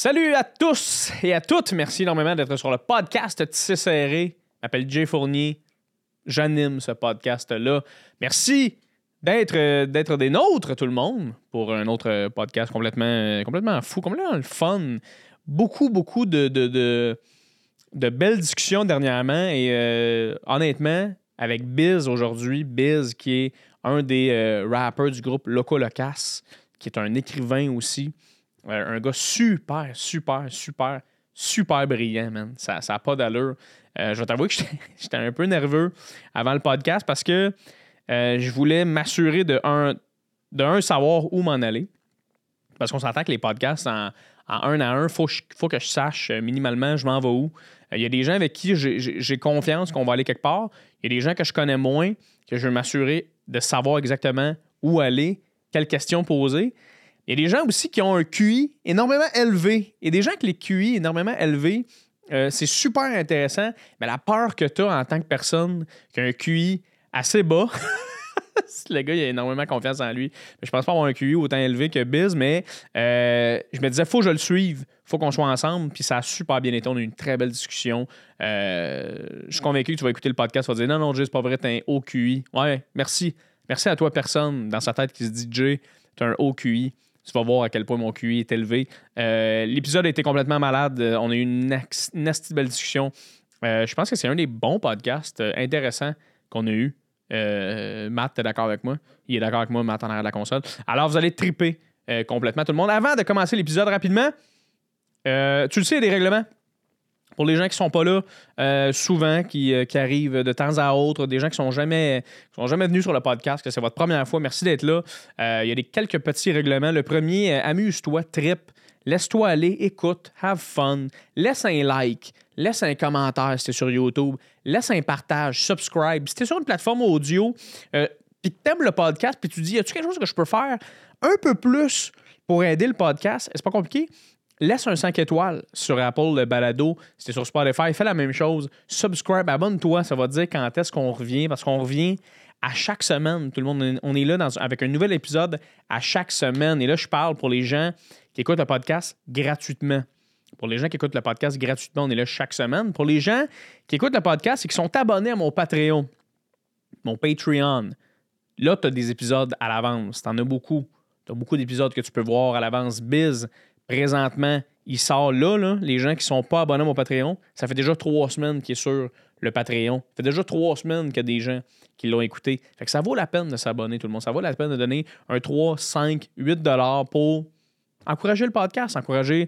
Salut à tous et à toutes. Merci énormément d'être sur le podcast Tissé Serré. Je m'appelle Jay Fournier. J'anime ce podcast-là. Merci d'être des nôtres, tout le monde, pour un autre podcast complètement fou, complètement le fun. Beaucoup de belles discussions dernièrement et honnêtement, avec Biz aujourd'hui, Biz qui est un des rappers du groupe Loco Locas, qui est un écrivain aussi. Un gars super brillant, man. Ça n'a pas d'allure. Je vais t'avouer que j'étais un peu nerveux avant le podcast parce que je voulais m'assurer de savoir où m'en aller. Parce qu'on s'entend que les podcasts, en un à un, faut que je sache minimalement je m'en vais où. Il y a des gens avec qui j'ai confiance qu'on va aller quelque part. Il y a des gens que je connais moins, que je veux m'assurer de savoir exactement où aller, quelles questions poser. Il y a des gens aussi qui ont un QI énormément élevé. Et des gens qui les QI énormément élevés, c'est super intéressant. Mais la peur que tu as en tant que personne qui a un QI assez bas, le gars, il a énormément confiance en lui. Je pense pas avoir un QI autant élevé que Biz, mais je me disais, faut que je le suive, faut qu'on soit ensemble. Puis ça a super bien été. On a eu une très belle discussion. Je suis convaincu que tu vas écouter le podcast, tu vas dire, non, Jay, c'est pas vrai, t'as un haut QI. Ouais, merci. Merci à toi, personne dans sa tête qui se dit, Jay, t'as un haut QI. Tu vas voir à quel point mon QI est élevé. L'épisode a été complètement malade. On a eu une nasty belle discussion. Je pense que c'est un des bons podcasts intéressants qu'on a eu. Matt, t'es d'accord avec moi? Il est d'accord avec moi, Matt, en arrière de la console. Alors, vous allez triper complètement tout le monde. Avant de commencer l'épisode rapidement, tu le sais, il y a des règlements. Pour les gens qui sont pas là, souvent, qui arrivent de temps à autre, des gens qui sont jamais venus sur le podcast, que c'est votre première fois, merci d'être là. Il y a quelques petits règlements. Le premier, amuse-toi, tripe, laisse-toi aller, écoute, have fun, laisse un like, laisse un commentaire si t'es sur YouTube, laisse un partage, subscribe. Si t'es sur une plateforme audio, puis que t'aimes le podcast, puis tu dis, y a-tu quelque chose que je peux faire un peu plus pour aider le podcast? C'est pas compliqué. Laisse un 5 étoiles sur Apple Balado. Si t'es sur Spotify, fais la même chose. Subscribe, abonne-toi. Ça va te dire quand est-ce qu'on revient. Parce qu'on revient à chaque semaine. Tout le monde, on est là avec un nouvel épisode à chaque semaine. Et là, je parle pour les gens qui écoutent le podcast gratuitement. Pour les gens qui écoutent le podcast gratuitement, on est là chaque semaine. Pour les gens qui écoutent le podcast et qui sont abonnés à mon Patreon, mon Patreon, là, tu as des épisodes à l'avance. Tu en as beaucoup. Tu as beaucoup d'épisodes que tu peux voir à l'avance. Biz, présentement, il sort là. Les gens qui ne sont pas abonnés à mon Patreon, ça fait déjà 3 semaines qu'il est sur le Patreon. Ça fait déjà 3 semaines qu'il y a des gens qui l'ont écouté. Fait que ça vaut la peine de s'abonner, tout le monde. Ça vaut la peine de donner un 3, 5, 8 $ pour encourager le podcast, encourager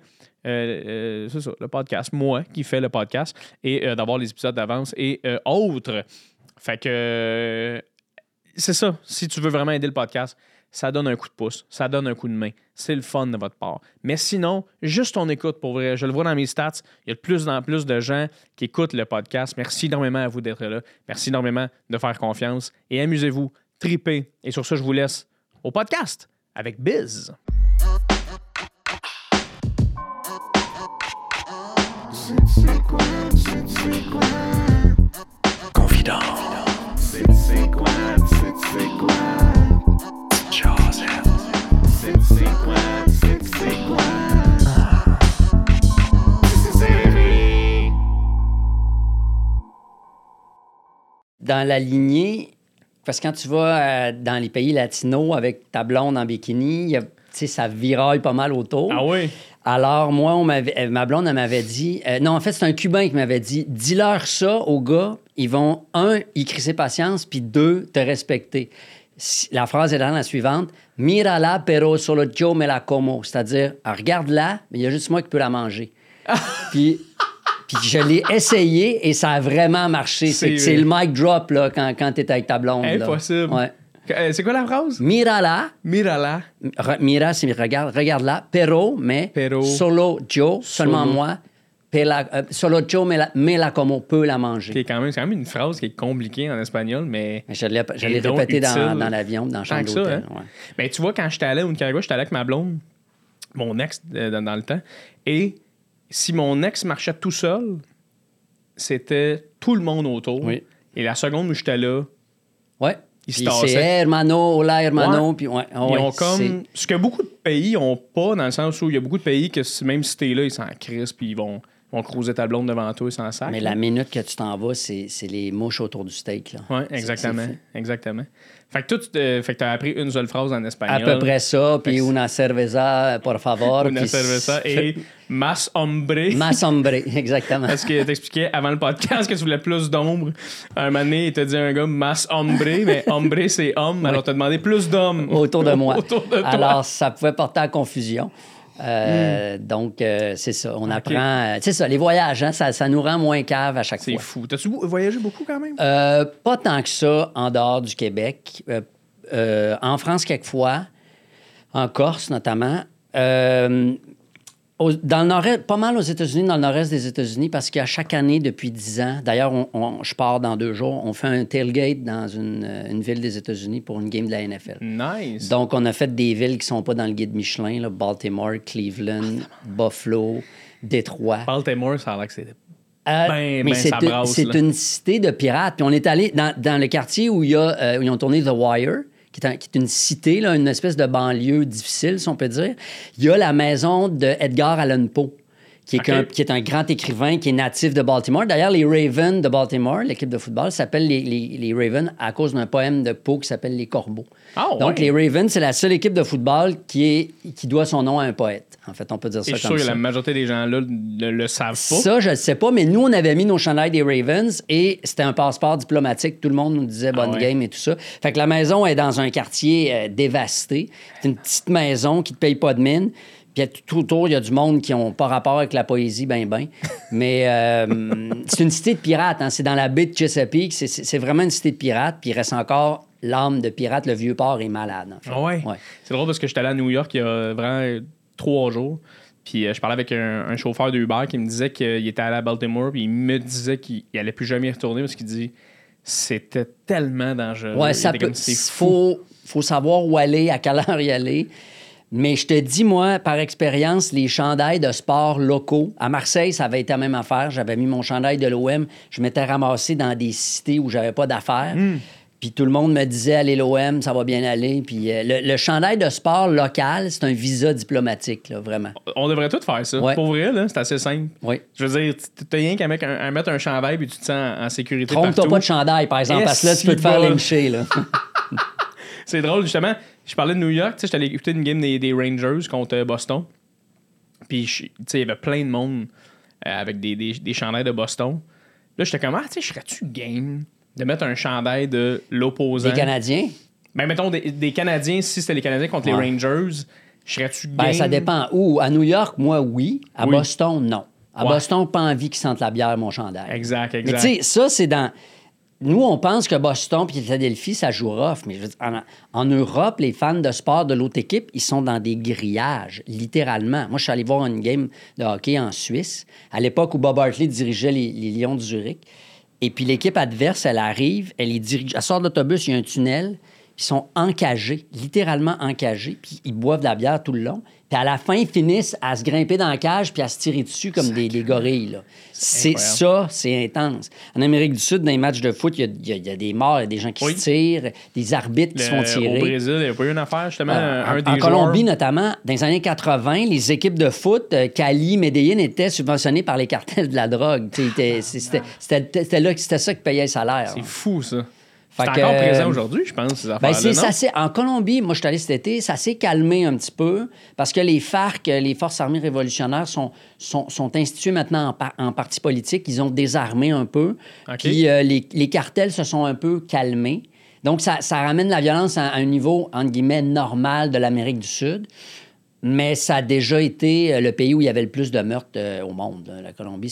c'est ça, le podcast, moi qui fais le podcast, et d'avoir les épisodes d'avance et autres. Fait que c'est ça. Si tu veux vraiment aider le podcast, ça donne un coup de pouce, ça donne un coup de main. C'est le fun de votre part. Mais sinon, juste on écoute pour vrai. Je le vois dans mes stats. Il y a de plus en plus de gens qui écoutent le podcast. Merci énormément à vous d'être là. Merci énormément de faire confiance. Et amusez-vous, tripez. Et sur ça, je vous laisse au podcast avec Biz. Confident. C'est quoi? Dans la lignée, parce que quand tu vas dans les pays latinos avec ta blonde en bikini, ça viraille pas mal autour. Ah oui? Alors, moi, ma blonde, elle m'avait dit... non, en fait, c'est un Cubain qui m'avait dit, dis-leur ça aux gars, ils vont, 1, y crisser patience, puis 2, te respecter. La phrase est dans la suivante. Mírala, pero solo yo me la como. C'est-à-dire, regarde-la, mais il y a juste moi qui peux la manger. Puis je l'ai essayé et ça a vraiment marché. C'est le mic drop là, quand t'es avec ta blonde. Impossible. Là. Ouais. C'est quoi la phrase? Mírala. Mírala. Mira, c'est regarde-la. Pero, solo yo, seulement moi. Solo yo me la como, peut la manger. C'est quand même une phrase qui est compliquée en espagnol, mais je l'ai répété dans l'avion, dans le chambre d'hôtel. Hein? Ouais. Mais tu vois, quand j'étais allé au Nicaragua, j'étais allé avec ma blonde, mon ex dans le temps, et si mon ex marchait tout seul, c'était tout le monde autour. Oui. Et la seconde où j'étais là, ouais. ils se Puis c'est tassaient. hermano, hola hermano. Ouais. Puis ouais, Ils ouais, ont comme. Ce que beaucoup de pays ont pas, dans le sens où il y a beaucoup de pays que même si t'es là, ils s'en crissent, puis ils vont cruiser ta blonde devant toi sans sac. Mais la minute que tu t'en vas, c'est les mouches autour du steak. Là. Oui, exactement. C'est fou. Exactement. Fait que toi, tu as appris une seule phrase en À espagnol. peu près ça. Puis Fait que una cerveza, por favor. Una puis cerveza et mas hombre. Mas hombre, exactement. Parce que t'expliquais avant le podcast que tu voulais plus d'ombre. Un moment donné, il t'a dit un gars mas hombre, mais hombre c'est homme. Alors t'as demandé plus d'hommes. Autour de moi. Autour de toi. Alors, ça pouvait porter à confusion. Donc, c'est ça. On apprend. C'est ça, les voyages, hein, ça nous rend moins cave à chaque C'est fois. fou. T'as-tu voyagé beaucoup quand même? Pas tant que ça en dehors du Québec. En France, quelquefois. En Corse, notamment. Dans le nord-est, pas mal aux États-Unis, dans le nord-est des États-Unis, parce qu'à chaque année, depuis 10 ans, d'ailleurs, je pars dans 2 jours, on fait un tailgate dans une ville des États-Unis pour une game de la NFL. Nice. Donc, on a fait des villes qui sont pas dans le guide Michelin, là, Baltimore, Cleveland, Buffalo, Détroit. Baltimore, ça a l'air que c'est. Mais ça brasse, c'est là. une cité de pirates. Puis on est allé dans le quartier où, où ils ont tourné The Wire, qui est une cité, là, une espèce de banlieue difficile, si on peut dire. Il y a la maison de Edgar Allan Poe, qui est un grand écrivain qui est natif de Baltimore. D'ailleurs, les Ravens de Baltimore, l'équipe de football, s'appellent les Ravens à cause d'un poème de Poe qui s'appelle Les Corbeaux. Ah, ouais. Donc, les Ravens, c'est la seule équipe de football qui doit son nom à un poète. En fait, on peut dire ça Et comme je suis sûr ça. que la majorité des gens là ne le savent pas. Ça, je ne sais pas, mais nous, on avait mis nos chandails des Ravens et c'était un passeport diplomatique. Tout le monde nous disait bonne ouais. game et tout ça. Fait que la maison est dans un quartier dévasté. C'est une petite maison qui ne te paye pas de mine. Puis tout autour, il y a du monde qui n'ont pas rapport avec la poésie, ben. Mais c'est une cité de pirates. Hein. C'est dans la baie de Chesapeake. C'est vraiment une cité de pirates. Puis il reste encore l'âme de pirate. Le vieux port est malade, en fait. Ah ouais. C'est drôle parce que j'étais allé à New York il y a vraiment 3 jours. Puis je parlais avec un chauffeur de Uber qui me disait qu'il était allé à Baltimore. Puis il me disait qu'il n'allait plus jamais y retourner parce qu'il dit c'était tellement dangereux. Ouais, ça peut. Faut savoir où aller, à quelle heure y aller. Mais je te dis, moi, par expérience, les chandails de sport locaux, à Marseille, ça avait été la même affaire. J'avais mis mon chandail de l'OM. Je m'étais ramassé dans des cités où j'avais pas d'affaires. Puis tout le monde me disait, allez, l'OM, ça va bien aller. Puis le chandail de sport local, c'est un visa diplomatique, là, vraiment. On devrait tout faire ça. Ouais. Pour vrai, là, c'est assez simple. Oui. Je veux dire, t'as rien qu'à mettre un chandail puis tu te sens en sécurité Trompe-toi partout. pas de chandail, par exemple, parce que là, tu peux te faire lyncher, là. C'est drôle, justement. Je parlais de New York, tu sais, j'étais allé écouter une game des Rangers contre Boston. Puis, tu sais, il y avait plein de monde avec des chandails de Boston. Là, j'étais comme, tu sais, je serais-tu game de mettre un chandail de l'opposant? Les Canadiens? Ben, mettons, des Canadiens, si c'était les Canadiens contre les Rangers, je serais-tu game? Ben, ça dépend où. À New York, moi, oui. À Oui. Boston, non. À Boston, pas envie qu'ils sentent la bière, mon chandail. Exact. Mais tu sais, ça, c'est dans... Nous, on pense que Boston puis Philadelphie, ça joue rough. Mais je veux dire, en Europe, les fans de sport de l'autre équipe, ils sont dans des grillages, littéralement. Moi, je suis allé voir une game de hockey en Suisse, à l'époque où Bob Hartley dirigeait les Lions de Zurich. Et puis l'équipe adverse, elle arrive, elle sort de l'autobus, il y a un tunnel, ils sont encagés, littéralement encagés, puis ils boivent de la bière tout le long. Puis à la fin, ils finissent à se grimper dans la cage puis à se tirer dessus comme des gorilles. Là. C'est ça, c'est intense. En Amérique du Sud, dans les matchs de foot, il y a des morts, il y a des gens qui se tirent, des arbitres qui se font tirer. Au Brésil, il n'y a pas eu une affaire, justement. En Colombie, notamment, dans les années 80, les équipes de foot, Cali, Medellín, étaient subventionnées par les cartels de la drogue. C'était ça qui payait le salaire. C'est fou, ça. Fait C'est que, encore présent aujourd'hui, je pense, ces affaires-là, en Colombie, moi, je suis allé cet été, ça s'est calmé un petit peu parce que les FARC, les Forces armées révolutionnaires, sont instituées maintenant en parti politique. Ils ont désarmé un peu. Okay. Puis les cartels se sont un peu calmés. Donc, ça ramène la violence à un niveau, entre guillemets, normal de l'Amérique du Sud. Mais ça a déjà été le pays où il y avait le plus de meurtres au monde. La Colombie,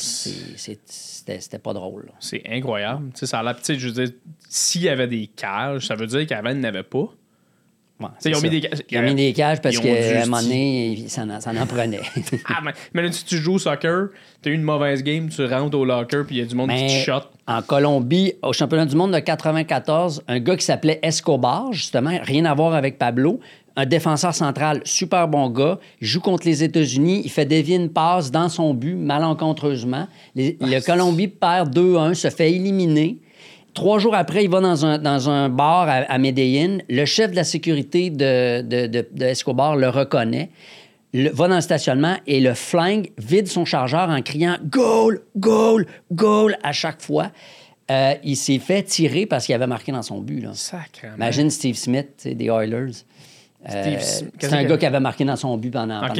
c'était pas drôle. Là. C'est incroyable. Tu sais, ça a l'air, je veux dire, s'il y avait des cages, ça veut dire qu'avant, il n'y en avait pas. Ouais, ils ont mis des cages parce qu'à un moment donné, ça en prenait. Mais là, si tu joues au soccer, tu as eu une mauvaise game, tu rentres au locker, puis il y a du monde qui te shot. En Colombie, au championnat du monde de 94, un gars qui s'appelait Escobar, justement, rien à voir avec Pablo, un défenseur central, super bon gars, il joue contre les États-Unis, il fait dévier une passe dans son but, malencontreusement. Le Colombie perd 2-1, se fait éliminer. 3 jours après, il va dans un bar à Medellín. Le chef de la sécurité de Escobar le reconnaît, va dans le stationnement et le flingue, vide son chargeur en criant « Goal! Goal! Goal! » à chaque fois. Il s'est fait tirer parce qu'il avait marqué dans son but. Là. Sacrément. Imagine Steve Smith, des Oilers. C'est un gars qui avait marqué dans son but pendant un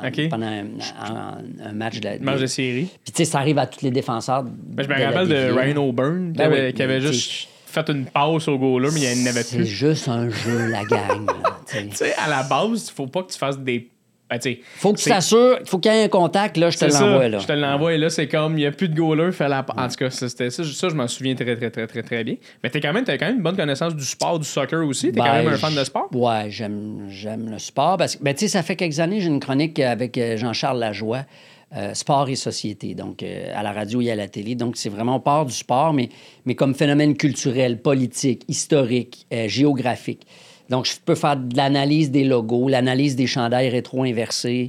match de série. Puis, tu sais, ça arrive à tous les défenseurs. Je me rappelle de Ryan O'Byrne qui avait juste fait une passe au goaler, mais il n'avait plus. C'est juste un jeu, la gang. Tu sais, à la base, il faut pas que tu fasses des. Faut que tu t'assures, il faut qu'il y ait un contact, là, je te l'envoie. Là. Je te l'envoie et là, c'est comme, il n'y a plus de goaler, En tout cas, c'était ça, je m'en souviens très, très, très, très, très bien. Mais t'as quand même une bonne connaissance du sport, du soccer aussi. T'es quand même un fan de sport. Ouais, j'aime le sport. Parce que, tu sais, ça fait quelques années, j'ai une chronique avec Jean-Charles Lajoie, sport et société, donc à la radio et à la télé. Donc, c'est vraiment, on part du sport, mais comme phénomène culturel, politique, historique, géographique. Donc, je peux faire de l'analyse des logos, l'analyse des chandails rétro-inversés,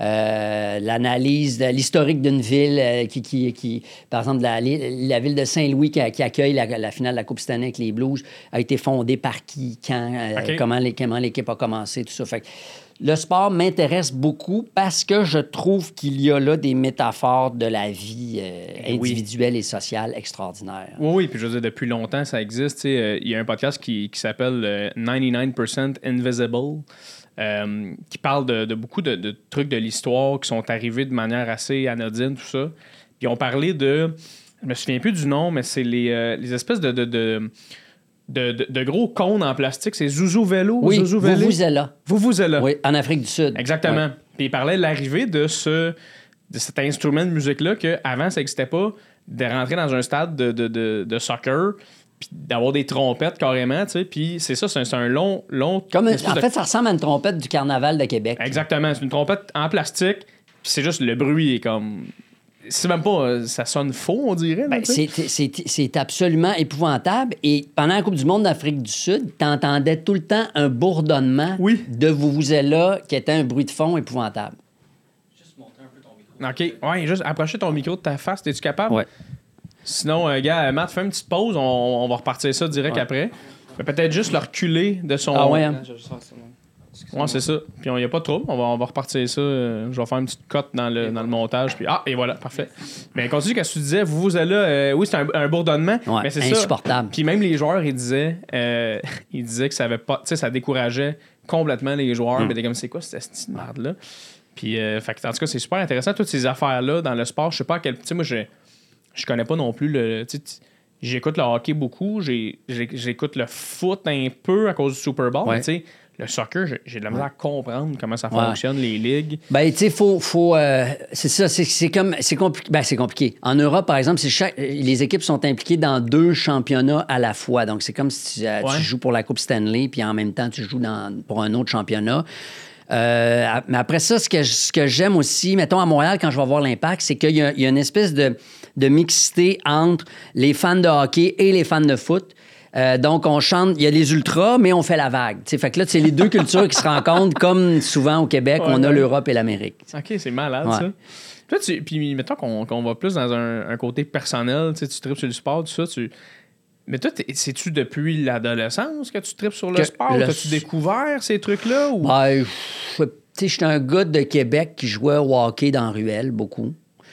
l'analyse de l'historique d'une ville qui par exemple, la ville de Saint-Louis qui accueille la finale de la Coupe Stanley avec les Blues a été fondée par qui, quand, comment l'équipe a commencé, tout ça. Fait que le sport m'intéresse beaucoup parce que je trouve qu'il y a là des métaphores de la vie individuelle et sociale extraordinaires. Oui, puis je veux dire, depuis longtemps, ça existe. Il y a un podcast qui s'appelle 99% Invisible, qui parle de beaucoup de trucs de l'histoire qui sont arrivés de manière assez anodine, tout ça. Puis on parlait de... Je me souviens plus du nom, mais c'est les espèces de gros cônes en plastique. C'est Zouzouvelo. Oui, Vuvuzela. Vuvuzela. Oui, en Afrique du Sud. Exactement. Ouais. Puis il parlait de l'arrivée de cet instrument de musique-là qu'avant, ça n'existait pas, de rentrer dans un stade de soccer puis d'avoir des trompettes carrément, tu sais. Puis c'est ça, c'est un long... Comme fait, ça ressemble à une trompette du Carnaval de Québec. Exactement. C'est une trompette en plastique, puis c'est juste le bruit est comme... C'est même pas... Ça sonne faux, on dirait. Là, c'est absolument épouvantable. Et pendant la Coupe du monde d'Afrique du Sud, t'entendais tout le temps un bourdonnement de Vuvuzela qui était un bruit de fond épouvantable. Juste montrer un peu ton micro. OK. Ouais, juste approcher ton micro de ta face. Es-tu capable? Ouais. Sinon, gars, Matt, fais une petite pause. On va repartir ça direct après. Mais peut-être juste le reculer de son... Ah ouais, hein? Ouais, c'est ça. Puis il n'y a pas de trouble. On va repartir ça. Je vais faire une petite cote dans le montage. Puis, et voilà, parfait. Mais continue, quand tu disais, vous allez là, oui, c'est un bourdonnement. Ouais, mais c'est insupportable. Ça. Puis même les joueurs, ils disaient que ça avait pas. Tu sais, ça décourageait complètement les joueurs. Mais t'es comme, c'est quoi cette petite merde-là? Puis, en tout cas, c'est super intéressant. Toutes ces affaires-là dans le sport, je sais pas à quel. Tu sais, moi, je connais pas non plus le. J'écoute le hockey beaucoup. J'écoute le foot un peu à cause du Super Bowl. Ouais. Mais tu sais, le soccer, j'ai de la misère à comprendre comment ça fonctionne, les ligues. Ben, tu sais, c'est ça, c'est compliqué. Ben, c'est compliqué. En Europe, par exemple, les équipes sont impliquées dans 2 championnats à la fois. Donc, c'est comme si tu joues pour la Coupe Stanley, puis en même temps, tu joues pour un autre championnat. Mais après ça, ce que j'aime aussi, mettons à Montréal, quand je vais voir l'Impact, c'est qu'il y a une espèce de mixité entre les fans de hockey et les fans de foot. Donc, on chante, il y a les ultras, mais on fait la vague. T'sais, fait que là, c'est les 2 cultures qui se rencontrent, comme souvent au Québec, on a l'Europe et l'Amérique. OK, c'est malade, ça. Toi, puis mettons qu'on va plus dans un côté personnel, tu tripes sur le sport, tout ça, mais toi, c'est-tu depuis l'adolescence que tu tripes sur le sport? T'as-tu découvert ces trucs-là? Ou... Ben, tu sais, j'étais un gars de Québec qui jouait au hockey dans la ruelle, beaucoup.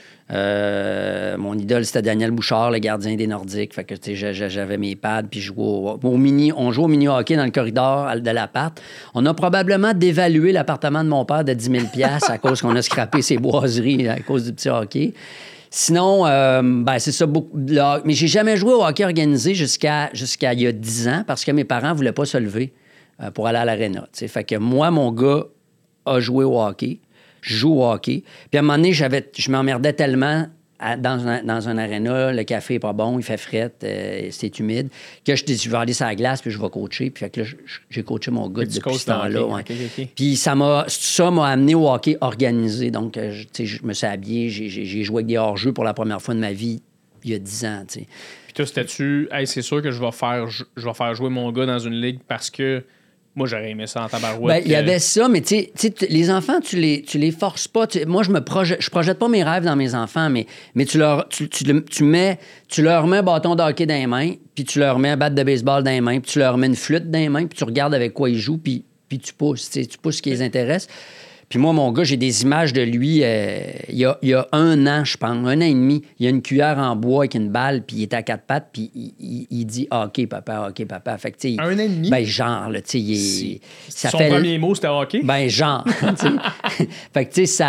Mon idole, c'était Daniel Bouchard, le gardien des Nordiques. Fait que, tu sais, j'avais mes pads, puis je jouais on joue au mini-hockey dans le corridor de l'appart. On a probablement dévalué l'appartement de mon père de 10 000 $ à cause qu'on a scrappé ses boiseries à cause du petit hockey. Sinon, c'est ça. Mais j'ai jamais joué au hockey organisé jusqu'à il y a 10 ans parce que mes parents ne voulaient pas se lever pour aller à l'aréna. Fait que moi, mon gars a joué au hockey. Je joue au hockey. Puis à un moment donné, je m'emmerdais tellement dans un aréna, le café n'est pas bon, il fait fret, c'est humide, que je dis, je vais aller sur la glace puis je vais coacher. Puis fait que là, j'ai coaché mon gars depuis ce temps-là. Ouais. Okay. Puis ça m'a amené au hockey organisé. Donc, je me suis habillé, j'ai joué avec des hors-jeux pour la première fois de ma vie il y a 10 ans. T'sais. Puis toi, c'était-tu, c'est sûr que je vais faire jouer mon gars dans une ligue parce que Moi, j'aurais aimé ça en tabarouette. Ben, il y avait ça, mais tu sais, les enfants, tu les forces pas. Moi, je projette pas mes rêves dans mes enfants, mais tu leur mets un bâton de hockey dans les mains, puis tu leur mets un bat de baseball dans les mains, puis tu leur mets une flûte dans les mains, puis tu regardes avec quoi ils jouent, puis tu pousses. Tu pousses ce qui les intéresse. Puis moi, mon gars, j'ai des images de lui il y a 1 an, je pense, 1 an et demi. Il a une cuillère en bois avec une balle, puis il est à 4 pattes, puis il dit « OK, papa, OK, papa ». Fait que, tu sais, 1 an et demi? Ben, genre, là, tu sais, Son premier mot, c'était hockey? Ben, genre, tu sais. Fait que, tu sais,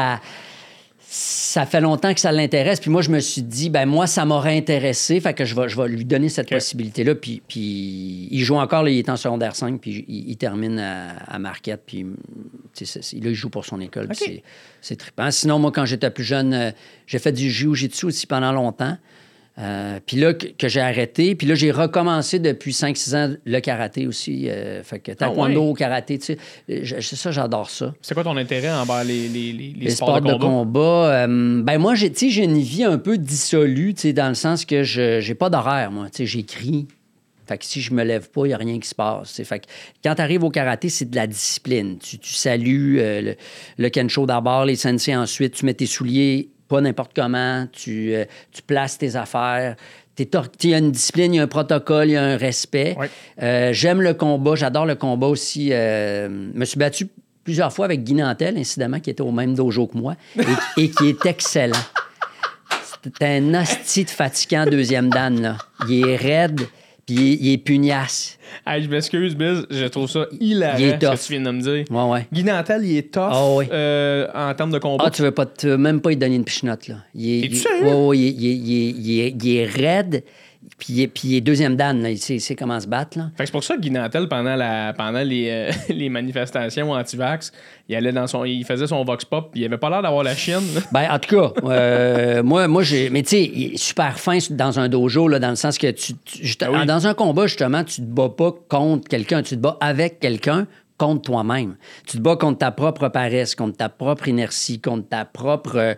ça fait longtemps que ça l'intéresse. Puis moi, je me suis dit, ben moi, ça m'aurait intéressé. Fait que je vais lui donner cette possibilité-là. Puis il joue encore, là, il est en secondaire 5, puis il termine à Marquette. Puis là, il joue pour son école. Puis c'est trippant. Sinon, moi, quand j'étais plus jeune, j'ai fait du jiu-jitsu aussi pendant longtemps. Puis là, que j'ai arrêté. Puis là, j'ai recommencé depuis 5-6 ans le karaté aussi. Fait que taekwondo, karaté, tu sais. C'est ça, j'adore ça. C'est quoi ton intérêt envers les sports de combat? Ben moi, j'ai une vie un peu dissolue, tu sais, dans le sens que j'ai pas d'horaire, moi. Tu sais, j'écris. Fait que si je me lève pas, il n'y a rien qui se passe. T'sais. Fait que quand tu arrives au karaté, c'est de la discipline. Tu salues le kensho d'abord, les sensei ensuite, tu mets tes souliers pas n'importe comment, tu places tes affaires. Il y a une discipline, il y a un protocole, il y a un respect. Oui. J'aime le combat, j'adore le combat aussi. Je me suis battu plusieurs fois avec Guy Nantel, incidemment, qui était au même dojo que moi, et qui est excellent. C'était un hostie de fatigant deuxième dan, là. Il est raide, puis il est pugnace. Hey, je m'excuse, Biz, je trouve ça hilarant Il est tough. ce que tu viens de me dire. Ouais. Guy Nantel, il est tough en termes de combat. Ah, tu veux même pas lui donner une pichenote, là. Es-tu sérieux? Ouais, il est raide, puis il est deuxième dan, là. Il sait comment se battre, là. Fait que c'est pour ça que Guy Nantel, pendant les manifestations anti-vax, il faisait son vox pop, puis il avait pas l'air d'avoir la chienne. Ben, en tout cas, moi j'ai. Mais tu sais, il est super fin dans un dojo, là, dans le sens que dans un combat, justement, tu te bats pas contre quelqu'un, tu te bats avec quelqu'un. Contre toi-même. Tu te bats contre ta propre paresse, contre ta propre inertie, contre ta propre...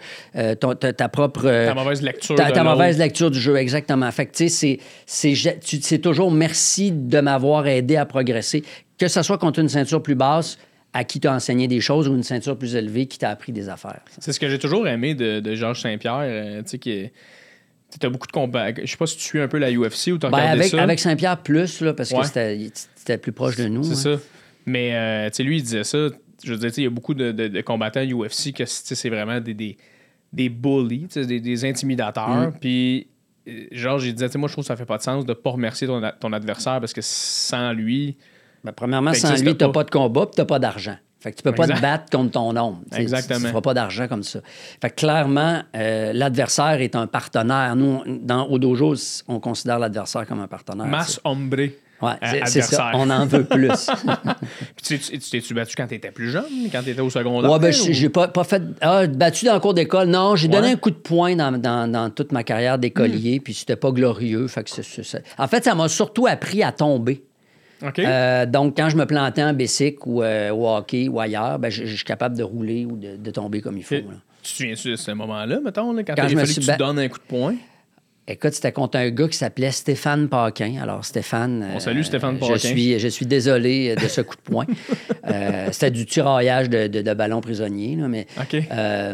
Ta mauvaise lecture. Ta mauvaise lecture du jeu, exactement. Fait que, tu sais, c'est toujours merci de m'avoir aidé à progresser. Que ce soit contre une ceinture plus basse, à qui t'a enseigné des choses, ou une ceinture plus élevée qui t'a appris des affaires. C'est ce que j'ai toujours aimé de Georges Saint-Pierre, tu sais, qui t'as beaucoup de combats. Je sais pas si tu suis un peu la UFC ou t'as regardé ça. Avec Saint-Pierre plus, là, parce que c'était plus proche de nous. C'est ça. Mais, tu sais, lui, il disait ça. Je veux dire, il y a beaucoup de combattants UFC que c'est vraiment des bullies, des intimidateurs. Puis, Georges, il disait, tu sais, moi, je trouve que ça fait pas de sens de pas remercier ton adversaire parce que sans lui... Ben, premièrement, sans lui, t'as pas de combat puis t'as pas d'argent. Fait que tu peux pas te battre contre ton ombre. Exactement. Tu feras pas d'argent comme ça. Fait que clairement, l'adversaire est un partenaire. Nous, au dojo, on considère l'adversaire comme un partenaire. Mas hombre. Ouais, c'est ça. On en veut plus. Puis tu t'es-tu battu quand tu étais plus jeune, quand tu étais au secondaire? Ouais, ben, j'ai pas fait. Battu dans le cours d'école. Non, j'ai donné un coup de poing dans toute ma carrière d'écolier, puis c'était pas glorieux. Fait que en fait, ça m'a surtout appris à tomber. Okay. Donc, quand je me plantais en bicycle ou au hockey ou ailleurs, ben, je suis capable de rouler ou de tomber comme il faut. Là. Tu te souviens-tu de ce moment-là, mettons, là, quand il je a fallu que tu donnes un coup de poing? Écoute, c'était contre un gars qui s'appelait Stéphane Paquin. Alors, Stéphane... On salue Stéphane Paquin. Je suis désolé de ce coup de poing. C'était du tiraillage de ballons prisonniers. Là, mais okay.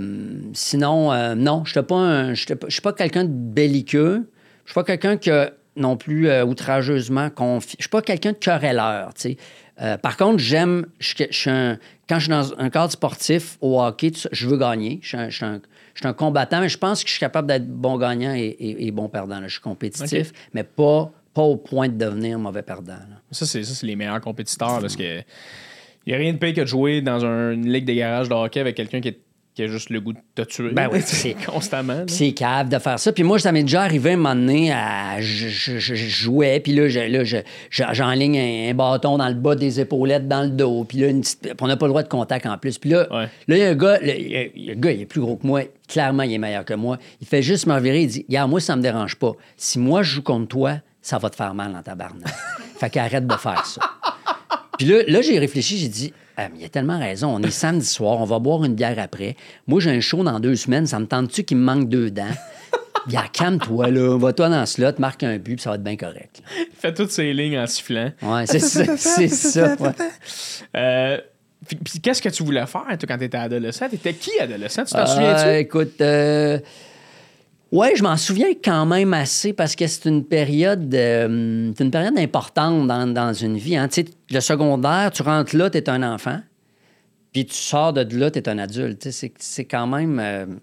Sinon, non, je ne suis pas quelqu'un de belliqueux. Je suis pas quelqu'un que non plus outrageusement confié. Je suis pas quelqu'un de querelleur, tu sais. Par contre, j'aime... quand je suis dans un cadre sportif, au hockey, je veux gagner. Je suis un combattant, mais je pense que je suis capable d'être bon gagnant et bon perdant. Là. Je suis compétitif, mais pas au point de devenir mauvais perdant. Là. Ça, c'est les meilleurs compétiteurs parce que il n'y a rien de pire que de jouer dans une ligue de garage de hockey avec quelqu'un qui a juste le goût de te tuer. Ben oui, c'est constamment. Là. C'est cave de faire ça. Puis moi, ça m'est déjà arrivé à un moment donné, je jouais, puis là, j'enligne un bâton dans le bas des épaulettes, dans le dos. Puis là, on n'a pas le droit de contact en plus. Puis là, il y a un gars, le gars, il est plus gros que moi. Clairement, il est meilleur que moi. Il fait juste me revirer. Il dit, regarde, moi, ça me dérange pas. Si moi, je joue contre toi, ça va te faire mal dans ta barnaque. Fait qu'arrête de faire ça. Puis là, j'ai réfléchi, j'ai dit, mais il a tellement raison. On est samedi soir, on va boire une bière après. Moi, j'ai un show dans 2 semaines. Ça me tente-tu qu'il me manque 2 dents? Bien, calme-toi, là. Va-toi dans le slot, marque un but, puis ça va être bien correct. Là. Fais toutes ces lignes en sifflant. Ouais, c'est ça. C'est ça. Ouais. Puis qu'est-ce que tu voulais faire, toi, quand tu étais adolescent? T'étais qui, adolescent? Tu t'en souviens-tu? Écoute, ouais, je m'en souviens quand même assez parce que c'est une période importante dans une vie. Hein. Tu sais, le secondaire, tu rentres là, tu es un enfant, puis tu sors de là, tu es un adulte. Tu sais, c'est quand même...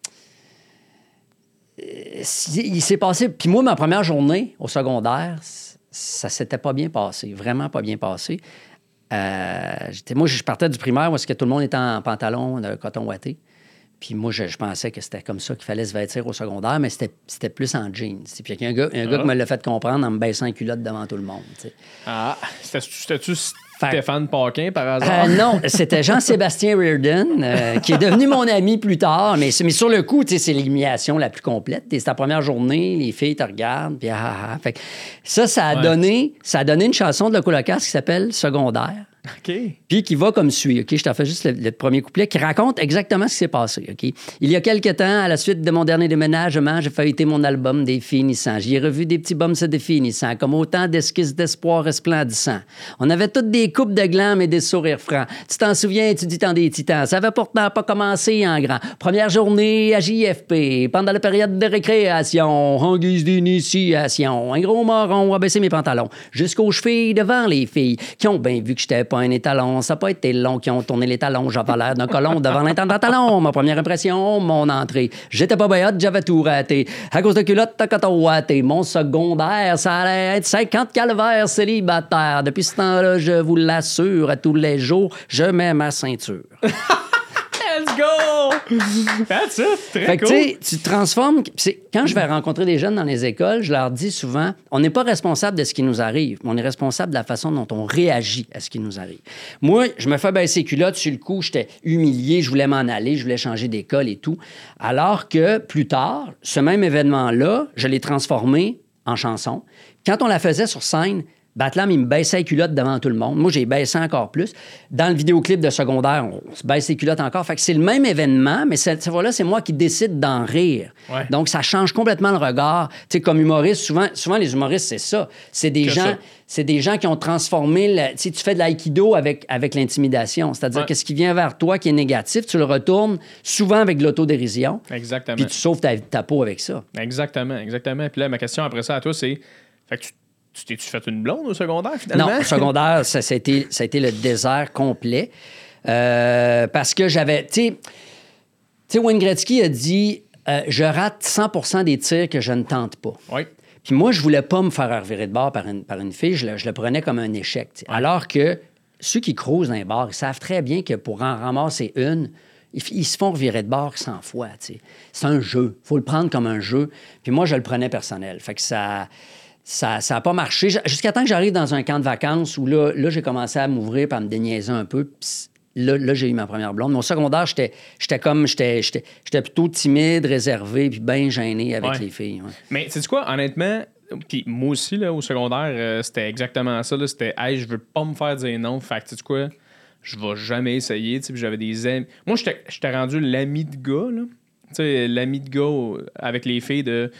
il s'est passé... Puis moi, ma première journée au secondaire, ça s'était pas bien passé, vraiment pas bien passé. Moi, je partais du primaire où est-ce que tout le monde était en pantalon de coton ouaté. Puis moi, je pensais que c'était comme ça qu'il fallait se vêtir au secondaire, mais c'était plus en jeans. Puis il y a un gars qui me l'a fait comprendre en me baissant les culottes devant tout le monde. T'sais. Ah, c'était-tu Stéphane Paquin, par hasard? Non, c'était Jean-Sébastien Reardon, qui est devenu mon ami plus tard. Mais sur le coup, c'est l'humiliation la plus complète. C'est ta première journée, les filles te regardent, puis Fait que ça a donné une chanson de Loco Locas qui s'appelle « Secondaire ». OK. Puis qui va comme suit, OK? Je t'en fais juste le premier couplet qui raconte exactement ce qui s'est passé, OK? Il y a quelque temps, à la suite de mon dernier déménagement, j'ai feuilleté mon album Définissant. J'y ai revu des petits bums se définissant, comme autant d'esquisses d'espoir resplendissants. On avait toutes des coupes de glam et des sourires francs. Tu t'en souviens, tu dis tant des titans. Ça avait pourtant pas commencé en grand. Première journée à JFP, pendant la période de récréation, en guise d'initiation. Un gros moron a baissé mes pantalons, jusqu'aux chevilles devant les filles, qui ont bien vu que j'étais pas un étalon. Ça n'a pas été long qui ont tourné les talons. J'avais l'air d'un colon devant l'intendant talon. Ma première impression, mon entrée. J'étais pas bien hot, j'avais tout raté. À cause de culotte, t'as coton ouaté. Mon secondaire, ça allait être 50 calvaires célibataires. Depuis ce temps-là, je vous l'assure, à tous les jours, je mets ma ceinture. Let's go! That's it! Très Fait que, cool. tu te transformes. Quand je vais rencontrer des jeunes dans les écoles, je leur dis souvent, on n'est pas responsable de ce qui nous arrive, mais on est responsable de la façon dont on réagit à ce qui nous arrive. Moi, je me fais baisser les culottes sur le coup, j'étais humilié, je voulais m'en aller, je voulais changer d'école et tout. Alors que plus tard, ce même événement-là, je l'ai transformé en chanson. Quand on la faisait sur scène, Batlam, il me baissait les culottes devant tout le monde. Moi, j'ai baissé encore plus. Dans le vidéoclip de secondaire, on se baisse les culottes encore. Fait que c'est le même événement, mais cette fois-là, c'est moi qui décide d'en rire. Ouais. Donc, ça change complètement le regard. Tu sais, comme humoriste, souvent les humoristes, c'est ça. C'est des gens qui ont transformé... Tu fais de l'aïkido avec l'intimidation. C'est-à-dire que ce qui vient vers toi qui est négatif, tu le retournes souvent avec de l'autodérision. Exactement. Puis tu sauves ta peau avec ça. Exactement. Puis là, ma question après ça à toi, c'est... Fait que tu t'es-tu fait une blonde au secondaire, finalement? Non, au secondaire, ça a été le désert complet. Parce que j'avais... Tu sais, Wayne Gretzky a dit je rate 100% des tirs que je ne tente pas. Oui. Puis moi, je voulais pas me faire revirer de bord par une fille. Je le prenais comme un échec. Ouais. Alors que ceux qui crousent dans les bars, ils savent très bien que pour en ramasser une, ils se font revirer de bord 100 fois. T'sais. C'est un jeu. Il faut le prendre comme un jeu. Puis moi, je le prenais personnel. Fait que ça n'a pas marché. Jusqu'à temps que j'arrive dans un camp de vacances où là j'ai commencé à m'ouvrir et à me déniaiser un peu. Puis là, j'ai eu ma première blonde. Mon secondaire, j'étais plutôt timide, réservé, puis bien gêné avec les filles. Ouais. Mais sais-tu quoi, honnêtement, puis moi aussi, là, au secondaire, c'était exactement ça. Là, c'était « Hey, je veux pas me faire dire non. » Fait que sais-tu quoi, je vais jamais essayer. Puis j'avais des amis. Moi, j'étais rendu l'ami de gars, là. Tu sais, l'ami de gars avec les filles de...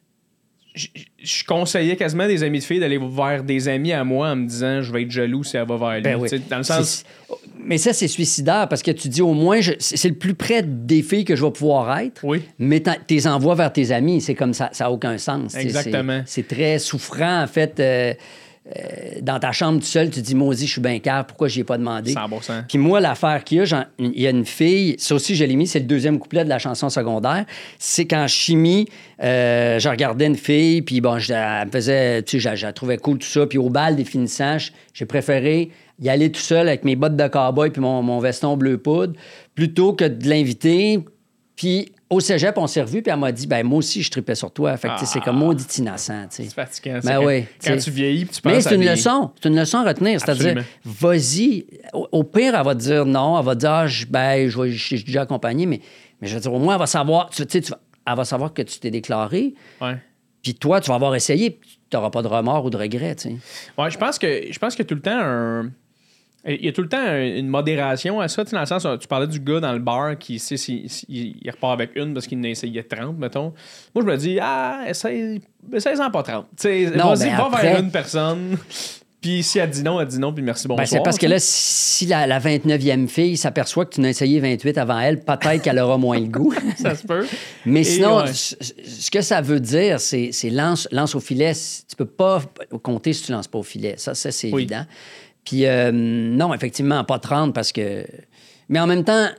Je conseillais quasiment des amis de filles d'aller vers des amis à moi en me disant je vais être jaloux si elle va vers lui. Ben oui. Dans le sens... Mais ça, c'est suicidaire parce que tu dis au moins, c'est le plus près des filles que je vais pouvoir être. Oui. Mais t'es envoies vers tes amis, c'est comme ça n'a aucun sens. Exactement. C'est très souffrant, en fait. Dans ta chambre tout seul, tu te dis, maudit, je suis bien cave, pourquoi j'y ai pas demandé? 100%. Puis moi, l'affaire qu'il y a, il y a une fille, ça aussi, je l'ai mis, c'est le deuxième couplet de la chanson secondaire. C'est qu'en chimie, je regardais une fille, puis bon, elle me faisait, tu sais, je la trouvais cool, tout ça. Puis au bal des finissages, j'ai préféré y aller tout seul avec mes bottes de cow-boy puis mon veston bleu poudre, plutôt que de l'inviter. Puis au cégep, on s'est revus, puis elle m'a dit, ben moi aussi, je tripais sur toi. Fait que c'est comme maudit innocent. T'sais. C'est fatigant. Ben oui, quand tu vieillis, puis tu penses mais c'est une vieillir. leçon. C'est une leçon à retenir. C'est-à-dire, vas-y. Au pire, elle va te dire non. Elle va te dire, je suis déjà accompagné, mais je veux dire, au moins, elle va savoir, elle va savoir que tu t'es déclaré. Ouais. Puis toi, tu vas avoir essayé, puis tu n'auras pas de remords ou de regrets. T'sais. Ouais, je pense que tout le temps, Il y a tout le temps une modération à ça, tu sais, dans le sens, tu parlais du gars dans le bar qui sait il repart avec une parce qu'il en a essayé 30, mettons. Moi, je me dis, essaye-en pas 30. Tu sais, Non, vas-y, ben va après- vers une personne, puis si elle dit non, puis merci, bonsoir. Ben, c'est parce que tu sais. là, si la 29e fille s'aperçoit que tu n'as essayé 28 avant elle, peut-être qu'elle aura moins le goût. Ça se peut. Mais Et sinon, ouais. ce que ça veut dire, c'est lance au filet. Tu peux pas compter si tu lances pas au filet. Ça c'est Oui. évident. Puis non, effectivement, pas 30 parce que... Mais en même temps,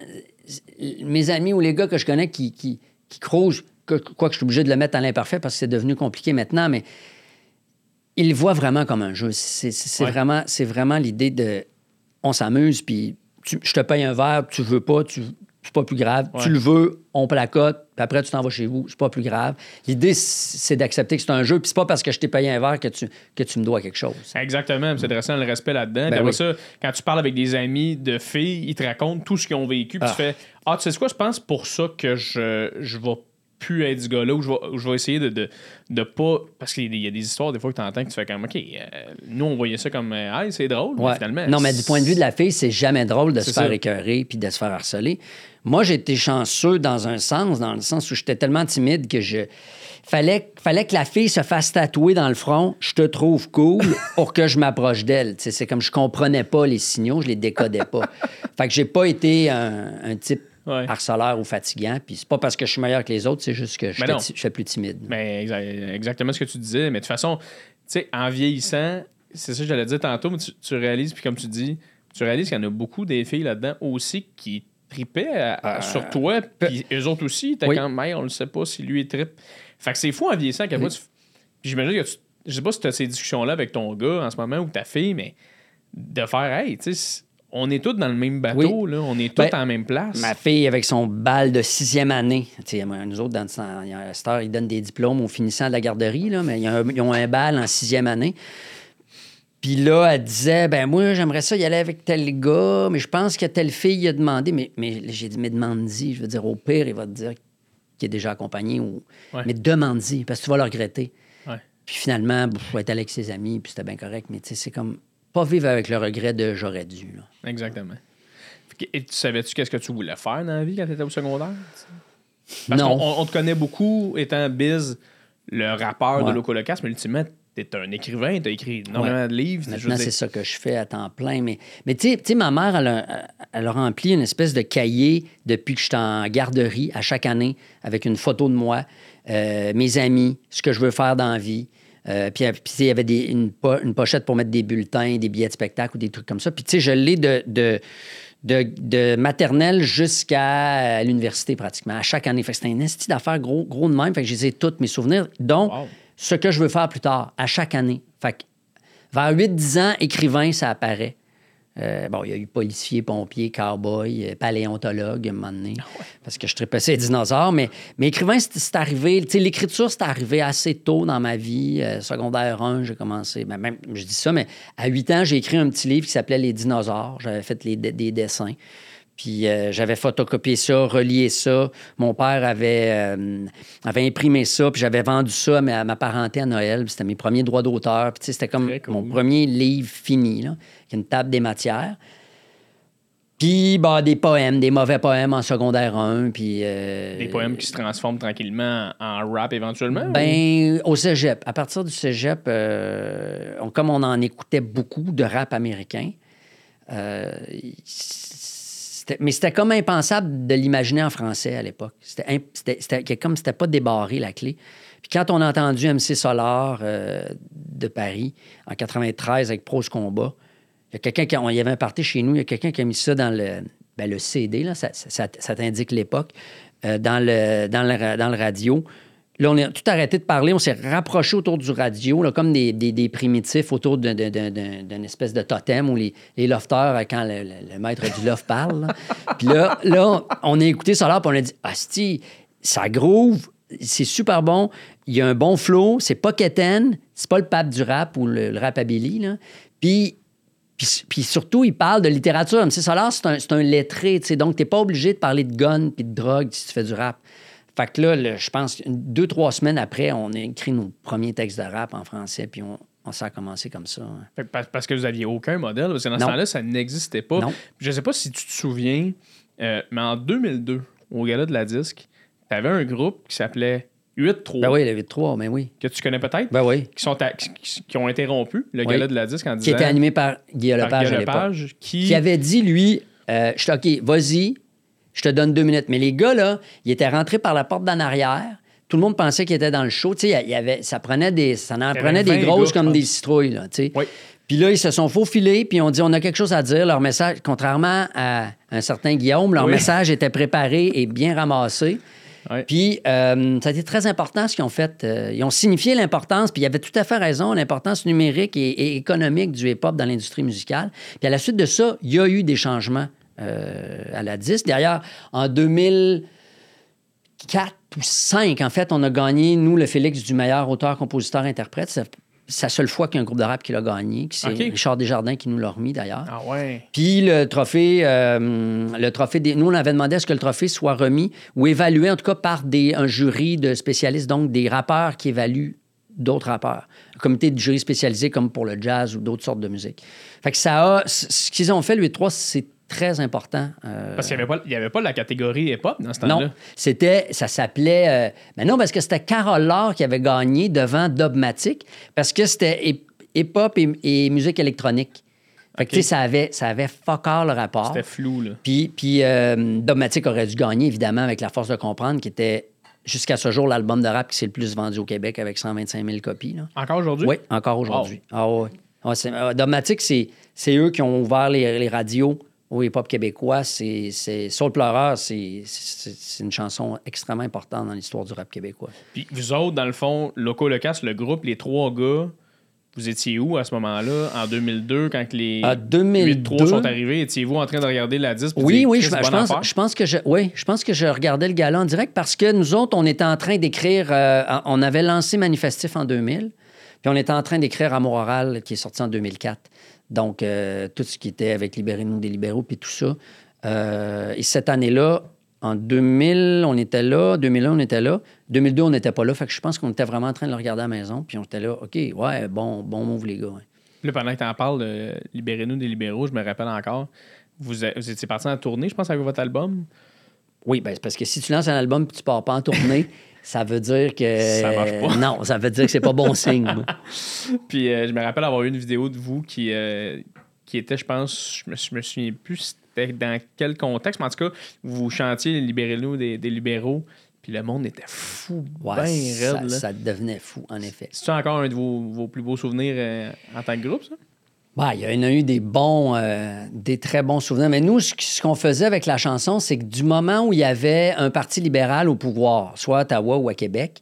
mes amis ou les gars que je connais qui crougent, quoi que je suis obligé de le mettre à l'imparfait parce que c'est devenu compliqué maintenant, mais ils le voient vraiment comme un jeu. C'est vraiment l'idée de... On s'amuse, puis je te paye un verre, tu veux pas, c'est pas plus grave. Ouais. Tu le veux, on placote, puis après, tu t'en vas chez vous, c'est pas plus grave. L'idée, c'est d'accepter que c'est un jeu, puis c'est pas parce que je t'ai payé un verre que tu me dois quelque chose. Exactement, c'est de rester dans le respect là-dedans. Puis après oui. ça, quand tu parles avec des amis de filles, ils te racontent tout ce qu'ils ont vécu, puis tu fais « tu sais quoi, je pense pour ça que je vais plus être ce gars-là, ou je vais essayer de pas... » Parce qu'il y a des histoires, des fois, que tu entends, que tu fais comme « OK, nous, on voyait ça comme hey, c'est drôle, mais Ouais. finalement... » Non, mais du point de vue de la fille, c'est jamais drôle de se C'est faire ça. écœurer puis de se faire harceler. Moi, j'ai été chanceux dans le sens où j'étais tellement timide que fallait que la fille se fasse tatouer dans le front « Je te trouve cool » pour que je m'approche d'elle. Tu sais, c'est comme je comprenais pas les signaux, je les décodais pas. Fait que j'ai pas été un type Ouais. harceleur ou fatigant. Puis c'est pas parce que je suis meilleur que les autres, c'est juste que je non. suis plus timide. Mais exactement ce que tu disais. Mais de toute façon, tu sais, en vieillissant, c'est ça que j'allais dire tantôt, mais tu réalises, puis comme tu dis, tu réalises qu'il y en a beaucoup des filles là-dedans aussi qui tripaient sur toi, puis eux autres aussi, t'es Oui. comme, mais on le sait pas si lui il trippe. Fait que c'est fou en vieillissant à quel point Puis j'imagine que je sais pas si tu as ces discussions-là avec ton gars en ce moment ou ta fille, mais de faire, hey, tu sais, on est tous dans le même bateau, là, on est tous Ben, en même place. Ma fille, avec son bal de 6e année, tu sais, nous autres, dans le temps, à cette heure, ils donnent des diplômes aux finissants de la garderie, là, mais ils ont un bal en 6e année. Puis là, elle disait, ben moi, j'aimerais ça y aller avec tel gars, mais je pense que telle fille a demandé. Mais j'ai dit, mais demande-y. Je veux dire, au pire, il va te dire qu'il est déjà accompagné. Ouais. Mais demande-y, parce que tu vas le regretter. Ouais. Puis finalement, il va être avec ses amis, puis c'était bien correct. Mais tu sais, c'est comme pas vivre avec le regret de j'aurais dû. Là. Exactement. Et tu savais-tu qu'est-ce que tu voulais faire dans la vie quand tu étais au secondaire? Parce Non. qu'on te connaît beaucoup étant Biz, le rappeur de Ouais. Loco Locas, mais ultimement, t'es un écrivain, t'as écrit énormément de livres. je veux Maintenant, dire- c'est ça que je fais à temps plein. Mais tu sais, ma mère, elle a rempli une espèce de cahier depuis que je suis en garderie à chaque année avec une photo de moi, mes amis, ce que je veux faire dans la vie. Puis il y avait une pochette pour mettre des bulletins, des billets de spectacle ou des trucs comme ça. Puis tu sais, je l'ai de maternelle jusqu'à l'université pratiquement, à chaque année. Fait que c'était un esti d'affaires gros de même. Fait que je les ai toutes mes souvenirs, dont Wow. ce que je veux faire plus tard, à chaque année. Fait que vers 8-10 ans, écrivain, ça apparaît. Il y a eu policier, pompier, cowboy, paléontologue, à un moment donné, parce que je tripais ces dinosaures. Mais écrivain, c'est arrivé... Tu sais, l'écriture, c'est arrivé assez tôt dans ma vie. Secondaire 1, j'ai commencé... Même, je dis ça, mais à 8 ans, j'ai écrit un petit livre qui s'appelait « Les dinosaures ». J'avais fait des dessins. Puis j'avais photocopié ça, relié ça. Mon père avait imprimé ça, puis j'avais vendu ça à ma parenté à Noël. Puis c'était mes premiers droits d'auteur. Puis tu sais, c'était comme Très cool. mon premier livre fini, là, avec une table des matières. Puis des poèmes, des mauvais poèmes en secondaire 1. Puis, Des poèmes qui se transforment tranquillement en rap éventuellement? ben, au cégep. À partir du cégep, comme on en écoutait beaucoup de rap américain, mais c'était comme impensable de l'imaginer en français à l'époque. C'était comme si c'était pas débarré, la clé. Puis quand on a entendu MC Solar de Paris en 93 avec Prose Combat, il y a quelqu'un il y avait un party chez nous, il y a quelqu'un qui a mis ça dans le CD, là, ça t'indique l'époque, dans le radio. Là, on a tout arrêté de parler, on s'est rapproché autour du radio, là, comme des primitifs autour d'une espèce de totem où les lofteurs, quand le maître du loft parle. Là. Puis là, on a écouté Solar, puis on a dit « Asti, ça groove, c'est super bon, il y a un bon flow, c'est pas quétaine, c'est pas le pape du rap ou le rapabilly, là. Puis surtout, il parle de littérature. MC Solar, c'est un lettré, tu sais, donc t'es pas obligé de parler de gun puis de drogue si tu fais du rap. Fait que là, je pense, 2-3 semaines après, on a écrit nos premiers textes de rap en français, puis ça a commencé comme ça. Hein. Fait que parce que vous n'aviez aucun modèle, parce que dans ce Non. temps-là, ça n'existait pas. Non. Je ne sais pas si tu te souviens, mais en 2002, au Gala de la Disque, tu avais un groupe qui s'appelait 8-3, Ben oui, le 8-3, ben oui. que tu connais peut-être, Ben oui. qui ont interrompu le Gala de la Disque en Qui disant... était animé par Guillaume par Lepage Guy à l'époque. Lepage, Qui avait dit, lui, OK, vas-y, je te donne 2 minutes. Mais les gars, là, ils étaient rentrés par la porte d'en arrière. Tout le monde pensait qu'ils étaient dans le show. Tu sais, ça en prenait des avait 20 grosses gars, comme je des pense. citrouilles, là, tu sais. Oui. Puis là, ils se sont faufilés, puis on dit, on a quelque chose à dire. Leur message, contrairement à un certain Guillaume, leur Oui. message était préparé et bien ramassé. Ouais. Puis, ça a été très important ce qu'ils ont fait. Ils ont signifié l'importance, puis ils avaient tout à fait raison, l'importance numérique et économique du hip-hop dans l'industrie musicale. Puis à la suite de ça, il y a eu des changements à la disque. D'ailleurs, en 2004 ou 2005, en fait, on a gagné, nous, le Félix du meilleur auteur, compositeur, interprète. C'est la seule fois qu'il y a un groupe de rap qui l'a gagné. C'est OK. Richard Desjardins qui nous l'a remis, d'ailleurs. Ah ouais. Puis le trophée nous, on avait demandé à ce que le trophée soit remis ou évalué, en tout cas, par un jury de spécialistes, donc des rappeurs qui évaluent d'autres rappeurs. Un comité de jury spécialisé comme pour le jazz ou d'autres sortes de musique. Fait que ce qu'ils ont fait, le 8-3, c'est très important. Parce qu'il n'y avait pas la catégorie hip-hop dans ce temps-là. Non, ça s'appelait... mais non, parce que c'était Carole Laure qui avait gagné devant Dogmatic, parce que c'était hip-hop et musique électronique. Fait que, OK. tu sais, ça avait fuck all le rapport. C'était flou, là. Puis Dogmatic aurait dû gagner, évidemment, avec La Force de comprendre, qui était, jusqu'à ce jour, l'album de rap qui s'est le plus vendu au Québec, avec 125 000 copies. Là. Encore aujourd'hui? Oui, encore aujourd'hui. Ah ouais. Dogmatic, c'est eux qui ont ouvert les radios au hip-hop québécois. Soul Pleureur, c'est une chanson extrêmement importante dans l'histoire du rap québécois. Puis vous autres, dans le fond, Loco Locas, le groupe, les 3 gars, vous étiez où à ce moment-là, en 2002, quand les 8-3 sont arrivés? Étiez-vous en train de regarder la disque? Oui, je pense que je regardais le gala en direct parce que nous autres, on était en train d'écrire... on avait lancé Manifestif en 2000, puis on était en train d'écrire Amour oral, qui est sorti en 2004. Donc, tout ce qui était avec Libérez-nous des libéraux, puis tout ça. Et cette année-là, en 2000, on était là. 2001, on était là. 2002, on n'était pas là. Fait que je pense qu'on était vraiment en train de le regarder à la maison. Puis on était là, OK, ouais, bon move, les gars. Ouais. Là, pendant que tu en parles de Libérez-nous des libéraux, je me rappelle encore, vous étiez parti en tournée, je pense, avec votre album. Oui, ben c'est parce que si tu lances un album et tu pars pas en tournée, ça veut dire que... Ça marche pas. Non, ça veut dire que c'est pas bon signe. Moi. Puis je me rappelle avoir eu une vidéo de vous qui était, je pense, je me souviens plus c'était dans quel contexte, mais en tout cas, vous chantiez Libérez-nous des libéraux, puis le monde était fou, Ouais, ben raide. Là. ça devenait fou, en effet. C'est-tu encore un de vos plus beaux souvenirs en tant que groupe, ça? Ben, il y en a eu des très bons souvenirs. Mais nous, ce qu'on faisait avec la chanson, c'est que du moment où il y avait un parti libéral au pouvoir, soit à Ottawa ou à Québec,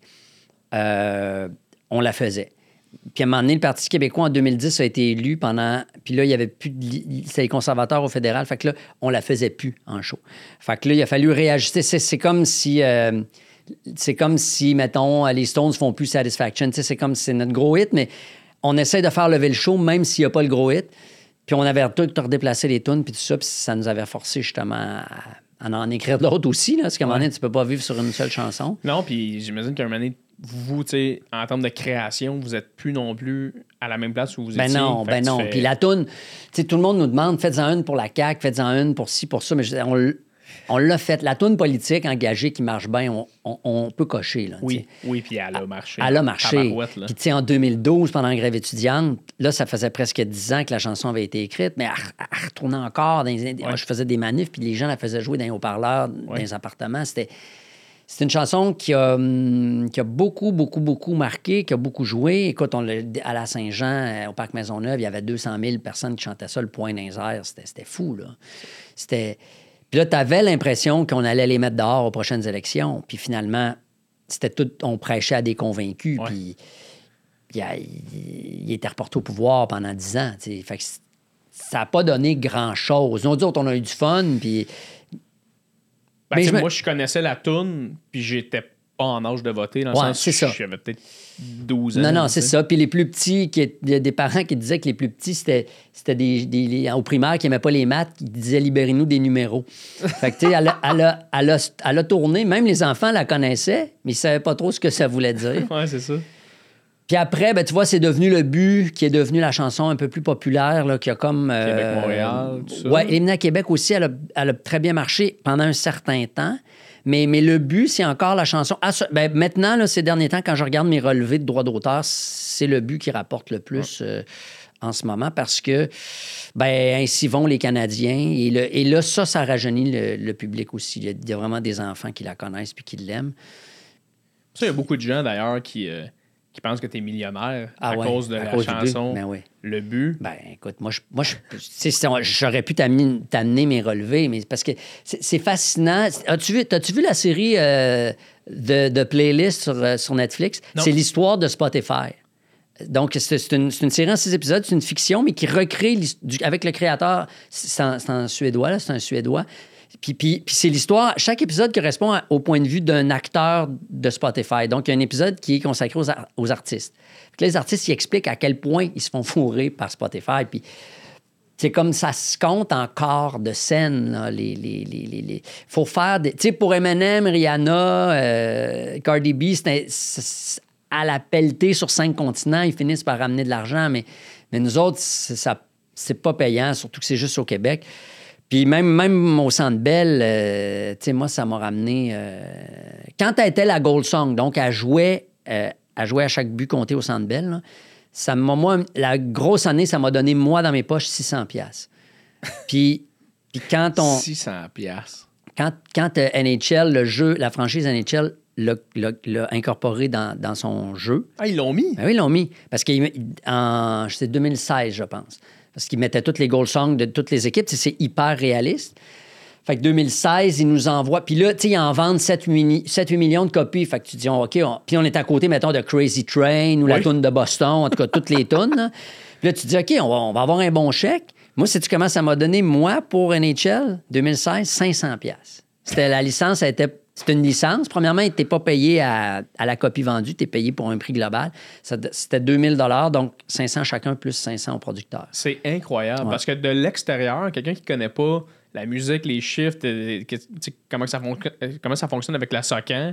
on la faisait. Puis à un moment donné, le Parti québécois, en 2010, a été élu pendant... Puis là, il y avait plus de... C'était les conservateurs au fédéral. Fait que là, on la faisait plus en show. Fait que là, il a fallu réajuster. C'est comme si... mettons, les Stones font plus Satisfaction. Tu sais, c'est comme si c'est notre gros hit, mais on essaie de faire lever le show, même s'il n'y a pas le gros hit. Puis on avait tout redéplacé les tunes, puis tout ça, puis ça nous avait forcé justement à en écrire d'autres aussi, là, parce qu'à un moment donné, tu peux pas vivre sur une seule chanson. Non, puis j'imagine qu'à un moment donné, vous, tu sais, en termes de création, vous êtes plus non plus à la même place où vous étiez. Ben non. Puis la toune, tu sais, tout le monde nous demande, faites-en une pour la CAQ, faites-en une pour ci, pour ça, mais on l'a fait. La toune politique engagée qui marche bien, on peut cocher. Là, oui, puis elle a marché. Elle a marché. Puis tu sais, en 2012, pendant la grève étudiante, là, ça faisait presque 10 ans que la chanson avait été écrite, mais elle retournait encore. Moi, je faisais des manifs, puis les gens la faisaient jouer dans les haut-parleurs, dans les appartements. C'est une chanson qui a beaucoup, beaucoup, beaucoup marqué, qui a beaucoup joué. Écoute, à la Saint-Jean, au Parc Maisonneuve, il y avait 200 000 personnes qui chantaient ça, le point dans les airs. C'était fou, là. Puis là, tu avais l'impression qu'on allait les mettre dehors aux prochaines élections. Puis finalement, c'était tout... On prêchait à des convaincus. Ouais. Puis il était reporté au pouvoir pendant 10 ans. T'sais. Fait que ça n'a pas donné grand-chose. Nous autres, on a eu du fun, puis... Moi, je connaissais la toune, puis j'étais pas en âge de voter, dans le sens c'est ça. J'avais peut-être 12 ans. Non, c'est ça. Puis les plus petits, il y a des parents qui disaient que les plus petits, c'était au primaire qui n'aimaient pas les maths, qui disaient « Libérez-nous des numéros ». Fait que, tu sais, elle a tourné. Même les enfants la connaissaient, mais ils ne savaient pas trop ce que ça voulait dire. Ouais, c'est ça. Puis après, ben, tu vois, c'est devenu Le But, qui est devenu la chanson un peu plus populaire, là, qui a comme... Québec-Montréal, tout ça. Oui, Hymne à Québec aussi, elle a très bien marché pendant un certain temps. Mais Le But, c'est encore la chanson... Ben, maintenant, là, ces derniers temps, quand je regarde mes relevés de droits d'auteur, c'est Le But qui rapporte le plus en ce moment parce que, ben, ainsi vont les Canadiens. Et là, ça rajeunit le public aussi. Il y a vraiment des enfants qui la connaissent puis qui l'aiment. Ça, il y a beaucoup de gens, d'ailleurs, qui pensent que tu es millionnaire cause de la chanson Ben oui. Le But. Ben, écoute, moi, j'aurais pu t'amener mes relevés, mais parce que c'est fascinant. T'as-tu vu la série de Playlist sur Netflix? Non. C'est l'histoire de Spotify. Donc, c'est une série en 6 épisodes, c'est une fiction, mais qui recrée avec le créateur. C'est en suédois, là, c'est un Suédois. Puis c'est l'histoire. Chaque épisode correspond au point de vue d'un acteur de Spotify. Donc, il y a un épisode qui est consacré aux artistes. Puis là, les artistes, ils expliquent à quel point ils se font fourrer par Spotify. Puis c'est comme ça se compte en quart de scène. Là, faut faire des... Tu sais, pour Eminem, Rihanna, Cardi B, c'est à la pelletée sur 5 continents, ils finissent par ramener de l'argent. Mais nous autres, c'est pas payant, surtout que c'est juste au Québec. Puis même au Centre Bell, tu sais, moi, ça m'a ramené... Quand elle était la Gold Song, donc elle jouait à chaque but compté au Centre Bell, là, moi, la grosse année, ça m'a donné, moi, dans mes poches, 600$. Puis quand on... 600$. Quand NHL, le jeu, la franchise NHL l'a incorporé dans son jeu... Ah, ils l'ont mis? Ben oui, ils l'ont mis. Parce que c'est 2016, je pense. Parce qu'ils mettaient toutes les goal songs de toutes les équipes. C'est hyper réaliste. Fait que 2016, ils nous envoient... Puis là, tu sais, ils en vendent 7-8 millions de copies. Fait que tu dis, OK, puis on est à côté, mettons, de Crazy Train ou la toune de Boston, en tout cas, toutes les tounes. Là. Puis là, tu dis, OK, on va avoir un bon chèque. Moi, sais-tu comment ça m'a donné, moi, pour NHL, 2016, 500$. C'était la licence, c'était une licence. Premièrement, tu n'es pas payé à la copie vendue, tu es payé pour un prix global. C'était 2000$, donc 500 chacun plus 500 au producteur. C'est incroyable parce que de l'extérieur, quelqu'un qui ne connaît pas la musique, les shifts, comment ça fonctionne avec la SOCAN,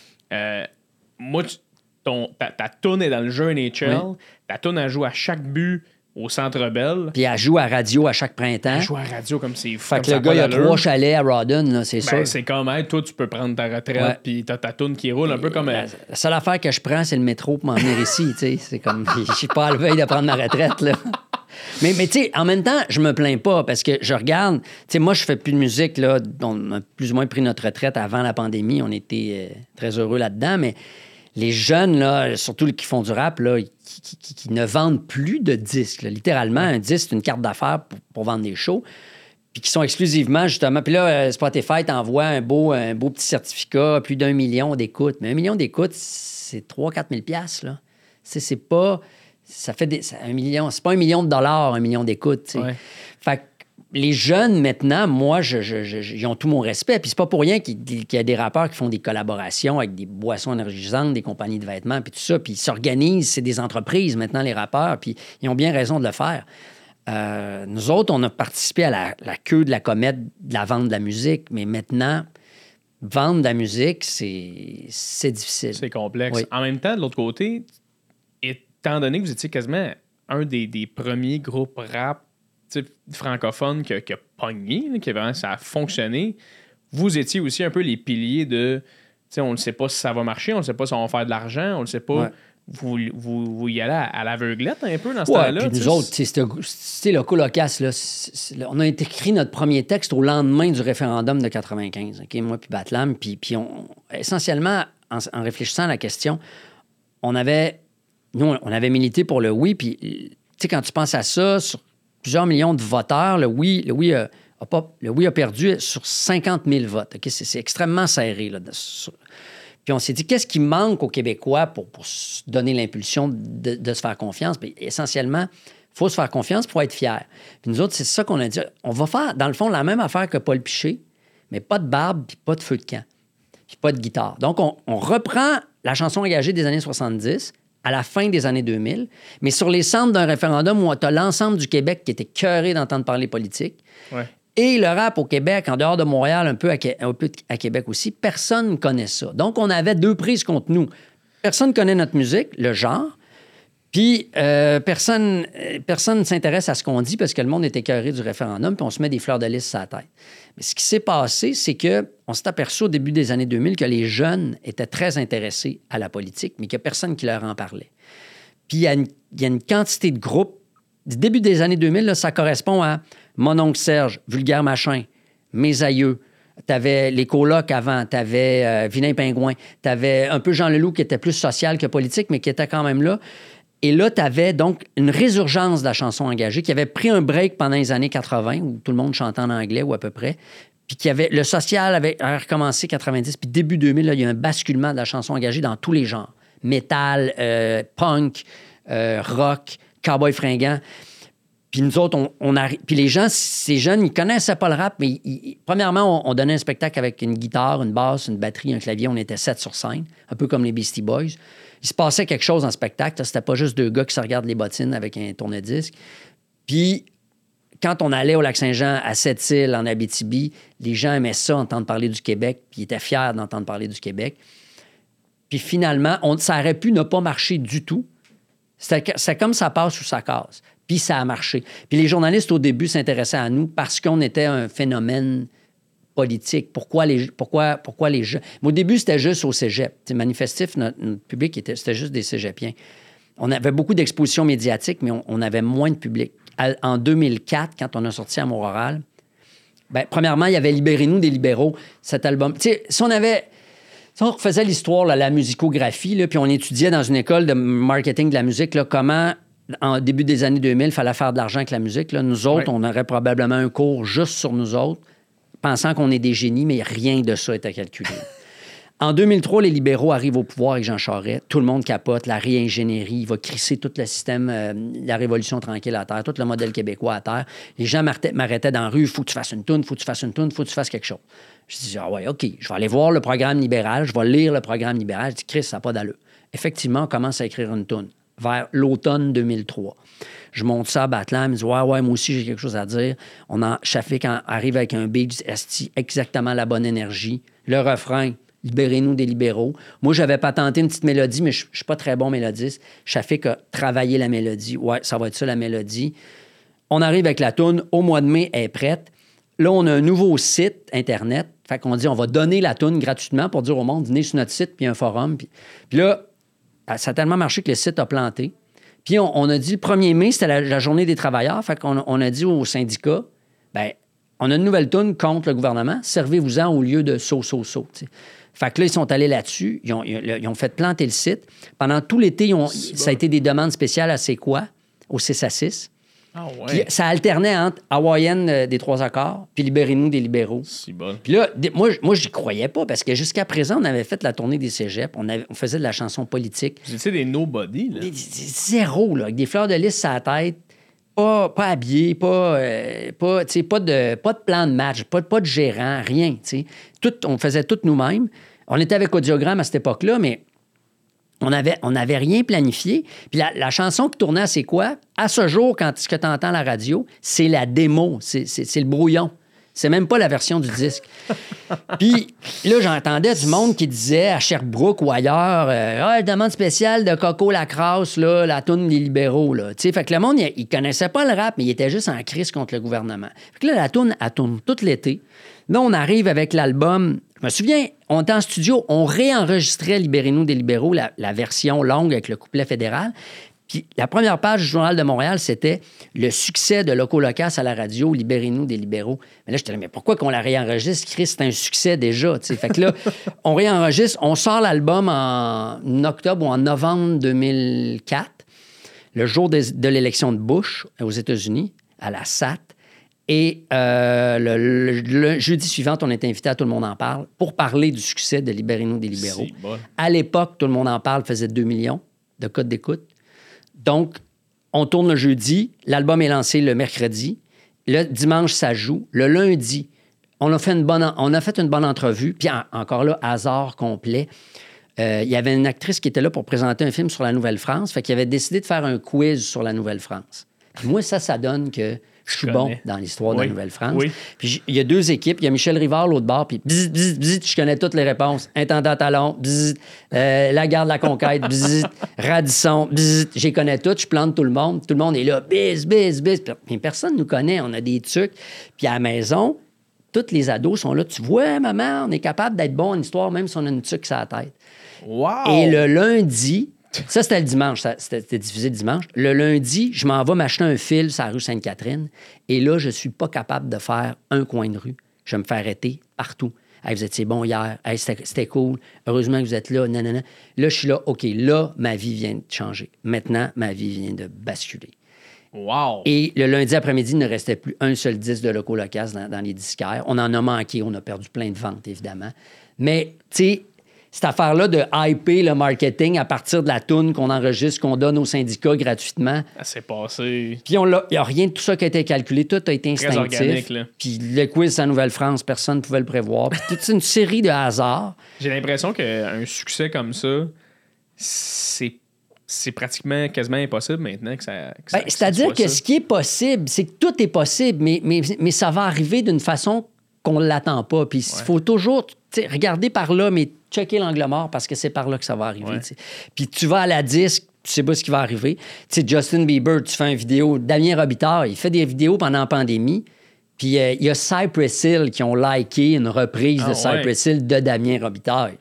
moi, ta toune est dans le jeu NHL, ta toune, elle joue à chaque but au Centre Bell. Puis elle joue à radio à chaque printemps. Elle joue à radio comme c'est fou. Fait que le gars, il a 3 chalets à Rawdon, là, c'est sûr. C'est comme, hey, toi, tu peux prendre ta retraite, puis t'as ta toune qui roule un peu comme... La seule affaire que je prends, c'est le métro pour m'en venir ici, tu sais. C'est comme, je suis pas à la veille de prendre ma retraite, là. Mais tu sais, en même temps, je me plains pas parce que je regarde... Tu sais, moi, je fais plus de musique, là. On a plus ou moins pris notre retraite avant la pandémie. On était très heureux là-dedans, mais... Les jeunes, là, surtout qui font du rap, là, qui ne vendent plus de disques. Là. Littéralement, un disque, c'est une carte d'affaires pour vendre des shows. Puis qui sont exclusivement, justement... Puis là, Spotify t'envoie un beau petit certificat, plus d'1 million d'écoutes. Mais 1 million d'écoutes, c'est 3-4 000 $, là. C'est pas... Ça fait 1 million... C'est pas $1 million, 1 million d'écoutes, tu sais. Ouais. Fait que les jeunes, maintenant, moi, ils ont tout mon respect. Puis c'est pas pour rien qu'il y a des rappeurs qui font des collaborations avec des boissons énergisantes, des compagnies de vêtements, puis tout ça. Puis ils s'organisent, c'est des entreprises maintenant, les rappeurs, puis ils ont bien raison de le faire. Nous autres, on a participé à la queue de la comète de la vente de la musique, mais maintenant, vendre de la musique, c'est difficile. C'est complexe. Oui. En même temps, de l'autre côté, étant donné que vous étiez quasiment un des premiers groupes rap francophone qui a pogné, là, ça a fonctionné, vous étiez aussi un peu les piliers de... On ne sait pas si ça va marcher, on ne sait pas si on va faire de l'argent, on ne sait pas... Ouais. Vous y allez à l'aveuglette un peu dans ce temps-là. Puis nous autres, c'était le colocasse, là, on a écrit notre premier texte au lendemain du référendum de 95, OK, moi puis Batlam, puis essentiellement, en réfléchissant à la question, on avait milité pour le oui, puis tu sais, quand tu penses à ça, sur plusieurs millions de voteurs, le oui a perdu sur 50 000 votes. Okay? C'est extrêmement serré. Là, puis on s'est dit, qu'est-ce qui manque aux Québécois pour se donner l'impulsion de se faire confiance? Puis essentiellement, il faut se faire confiance pour être fier. Puis nous autres, c'est ça qu'on a dit. On va faire, dans le fond, la même affaire que Paul Piché, mais pas de barbe, puis pas de feu de camp, puis pas de guitare. Donc, on reprend la chanson engagée des années 70 à la fin des années 2000, mais sur les centres d'un référendum où tu as l'ensemble du Québec qui était cœuré d'entendre parler politique. Ouais. Et le rap au Québec, en dehors de Montréal, un peu à Québec aussi, personne ne connaît ça. Donc, on avait 2 prises contre nous. Personne ne connaît notre musique, le genre, Puis, personne ne s'intéresse à ce qu'on dit parce que le monde est écœuré du référendum, puis on se met des fleurs de lys sur la tête. Mais ce qui s'est passé, c'est qu'on s'est aperçu au début des années 2000 que les jeunes étaient très intéressés à la politique, mais qu'il n'y a personne qui leur en parlait. Puis, il y a une quantité de groupes. Du début des années 2000, là, ça correspond à Mon oncle Serge, Vulgaire Machin, Mes aïeux. T'avais les colocs avant, t'avais Vilain Pingouin, t'avais un peu Jean Leloup qui était plus social que politique, mais qui était quand même là. Et là, t'avais donc une résurgence de la chanson engagée qui avait pris un break pendant les années 80, où tout le monde chantait en anglais ou à peu près, puis le social avait recommencé 90, puis début 2000, là, il y a un basculement de la chanson engagée dans tous les genres. Métal, punk, rock, cowboy fringant. Puis nous autres, puis les gens, ces jeunes, ils connaissaient pas le rap, mais premièrement, on donnait un spectacle avec une guitare, une basse, une batterie, un clavier. On était 7 sur scène, un peu comme les Beastie Boys. Il se passait quelque chose en spectacle. C'était pas juste deux gars qui se regardent les bottines avec un tourne-disque. Puis quand on allait au Lac-Saint-Jean, à Sept-Îles, en Abitibi, les gens aimaient ça, entendre parler du Québec, puis ils étaient fiers d'entendre parler du Québec. Puis finalement, ça aurait pu ne pas marcher du tout. C'est comme ça passe ou ça casse. Puis ça a marché. Puis les journalistes, au début, s'intéressaient à nous parce qu'on était un phénomène politique. Pourquoi les gens... Mais au début, c'était juste au cégep. T'sais, Manifestif, notre public, c'était juste des cégepiens. On avait beaucoup d'expositions médiatiques, mais on avait moins de public. En 2004, quand on a sorti Amour oral, premièrement, il y avait Libérez-nous des libéraux, cet album. Si on refaisait l'histoire, là, la musicographie, là, puis on étudiait dans une école de marketing de la musique, là, comment, en début des années 2000, il fallait faire de l'argent avec la musique. Là. Nous autres, on aurait probablement un cours juste sur nous autres, pensant qu'on est des génies, mais rien de ça était calculé. En 2003, les libéraux arrivent au pouvoir avec Jean Charest. Tout le monde capote, la réingénierie, il va crisser tout le système, la révolution tranquille à terre, tout le modèle québécois à terre. Les gens m'arrêtaient dans la rue, il faut que tu fasses une toune, il faut que tu fasses une toune, il faut que tu fasses quelque chose. Je dis, OK, je vais aller voir le programme libéral, je vais lire le programme libéral. Je dis, Chris, ça n'a pas d'allure. Effectivement, on commence à écrire une toune vers l'automne 2003. Je monte ça à Batlam, il me dit, ouais, moi aussi, j'ai quelque chose à dire. Shafik arrive avec un beat, esti, exactement la bonne énergie. Le refrain, Libérez-nous des libéraux. Moi, j'avais patenté une petite mélodie, mais je ne suis pas très bon mélodiste. Shafik a travaillé la mélodie. Ouais, ça va être ça, la mélodie. On arrive avec la toune. Au mois de mai, elle est prête. Là, on a un nouveau site Internet. Fait qu'on dit, on va donner la toune gratuitement pour dire au monde, venez sur notre site, puis un forum. Puis là, ça a tellement marché que le site a planté. Puis on a dit, le 1er mai, c'était la journée des travailleurs. Fait qu'on a dit aux syndicats, on a une nouvelle toune contre le gouvernement. Servez-vous-en au lieu de so. T'sais. Fait que là, ils sont allés là-dessus. Ils ont fait planter le site. Pendant tout l'été, ça a été des demandes spéciales à C'est quoi? Au 6 à 6. Ah ouais. Puis ça alternait entre Hawaïenne des Trois Accords puis Libérez-nous des libéraux. C'est bon. Puis là, moi j'y croyais pas parce que jusqu'à présent, on avait fait la tournée des cégeps. On faisait de la chanson politique. Vous étiez des nobody, là. Zéro, là, avec des fleurs de lys sur la tête. Pas habillé, pas de plan de match, pas de gérant, rien. On faisait tout nous-mêmes. On était avec Audiogramme à cette époque-là, mais on n'avait rien planifié. Puis la chanson qui tournait, c'est quoi? À ce jour, ce que tu entends à la radio, c'est la démo, c'est le brouillon. C'est même pas la version du disque. Puis là, j'entendais du monde qui disait à Sherbrooke ou ailleurs, demande spéciale de Coco Lacrasse, là, la toune des libéraux. Là. Fait que le monde, il connaissait pas le rap, mais il était juste en crise contre le gouvernement. Fait que là, la toune, elle tourne tout l'été. Là, on arrive avec l'album. Je me souviens, on était en studio, on réenregistrait Libérez-nous des libéraux, la version longue avec le couplet fédéral. Puis la première page du Journal de Montréal, c'était le succès de Loco Locas à la radio, Libérez-nous des libéraux. Mais là, j'étais là, mais pourquoi qu'on la réenregistre? Chris, c'est un succès déjà. T'sais. Fait que là, on réenregistre, on sort l'album en octobre ou en novembre 2004, le jour de l'élection de Bush aux États-Unis, à la SAT. Et le jeudi suivant, on était invité à Tout le monde en parle pour parler du succès de Libérez-nous des libéraux. Bon. À l'époque, Tout le monde en parle faisait 2 millions de codes d'écoute. Donc, on tourne le jeudi, l'album est lancé le mercredi, le dimanche, ça joue. Le lundi, on a fait une bonne entrevue, puis encore là, hasard complet. Il y avait une actrice qui était là pour présenter un film sur la Nouvelle-France, fait qu'il avait décidé de faire un quiz sur la Nouvelle-France. Puis moi, ça donne que Je suis connais. bon dans l'histoire de la Nouvelle-France. Oui. Puis il y a 2 équipes. Il y a Michel Rivard, l'autre bord, puis bzzz, bzzz, bzzz, je connais toutes les réponses. Intendant Talon, bzzz, la garde de la Conquête, bzzz, Radisson, bzzz, j'y connais toutes, je plante tout le monde. Tout le monde est là, biz, biz, biz. Puis personne nous connaît, on a des trucs. Puis à la maison, tous les ados sont là. Tu vois, maman, on est capable d'être bon en histoire, même si on a une tuque sur la tête. Wow! Et le lundi, ça c'était le dimanche, c'était diffusé le dimanche. Le lundi, je m'en vais m'acheter un fil sur la rue Sainte-Catherine. Et là, je suis pas capable de faire un coin de rue. Je me fais arrêter partout. Hey, vous étiez bon hier. Hey, c'était cool. Heureusement que vous êtes là. Nanana. Là, je suis là. OK, là, ma vie vient de changer. Maintenant, ma vie vient de basculer. Wow! Et le lundi après-midi, il ne restait plus un seul disque de Loco Locas dans les disquaires. On en a manqué. On a perdu plein de ventes, évidemment. Mais, tu sais, cette affaire-là de hyper le marketing à partir de la toune qu'on enregistre, qu'on donne aux syndicats gratuitement. Ça s'est passé. Puis il n'y a rien de tout ça qui a été calculé. Tout a été Très instinctif. organique, là. Puis le quiz à Nouvelle-France, personne ne pouvait le prévoir. Puis toute une série de hasards. J'ai l'impression qu'un succès comme ça, c'est pratiquement quasiment impossible maintenant que ça. C'est-à-dire que ce qui est possible, c'est que tout est possible, mais ça va arriver d'une façon qu'on ne l'attend pas. Puis il faut toujours regarder par là, mais checker l'angle mort parce que c'est par là que ça va arriver. Ouais. Puis tu vas à la disque, tu sais pas ce qui va arriver. Justin Bieber, tu fais une vidéo. Damien Robitaille, il fait des vidéos pendant la pandémie. Puis il y a Cypress Hill qui ont liké une reprise de Cypress Hill de Damien Robitaille.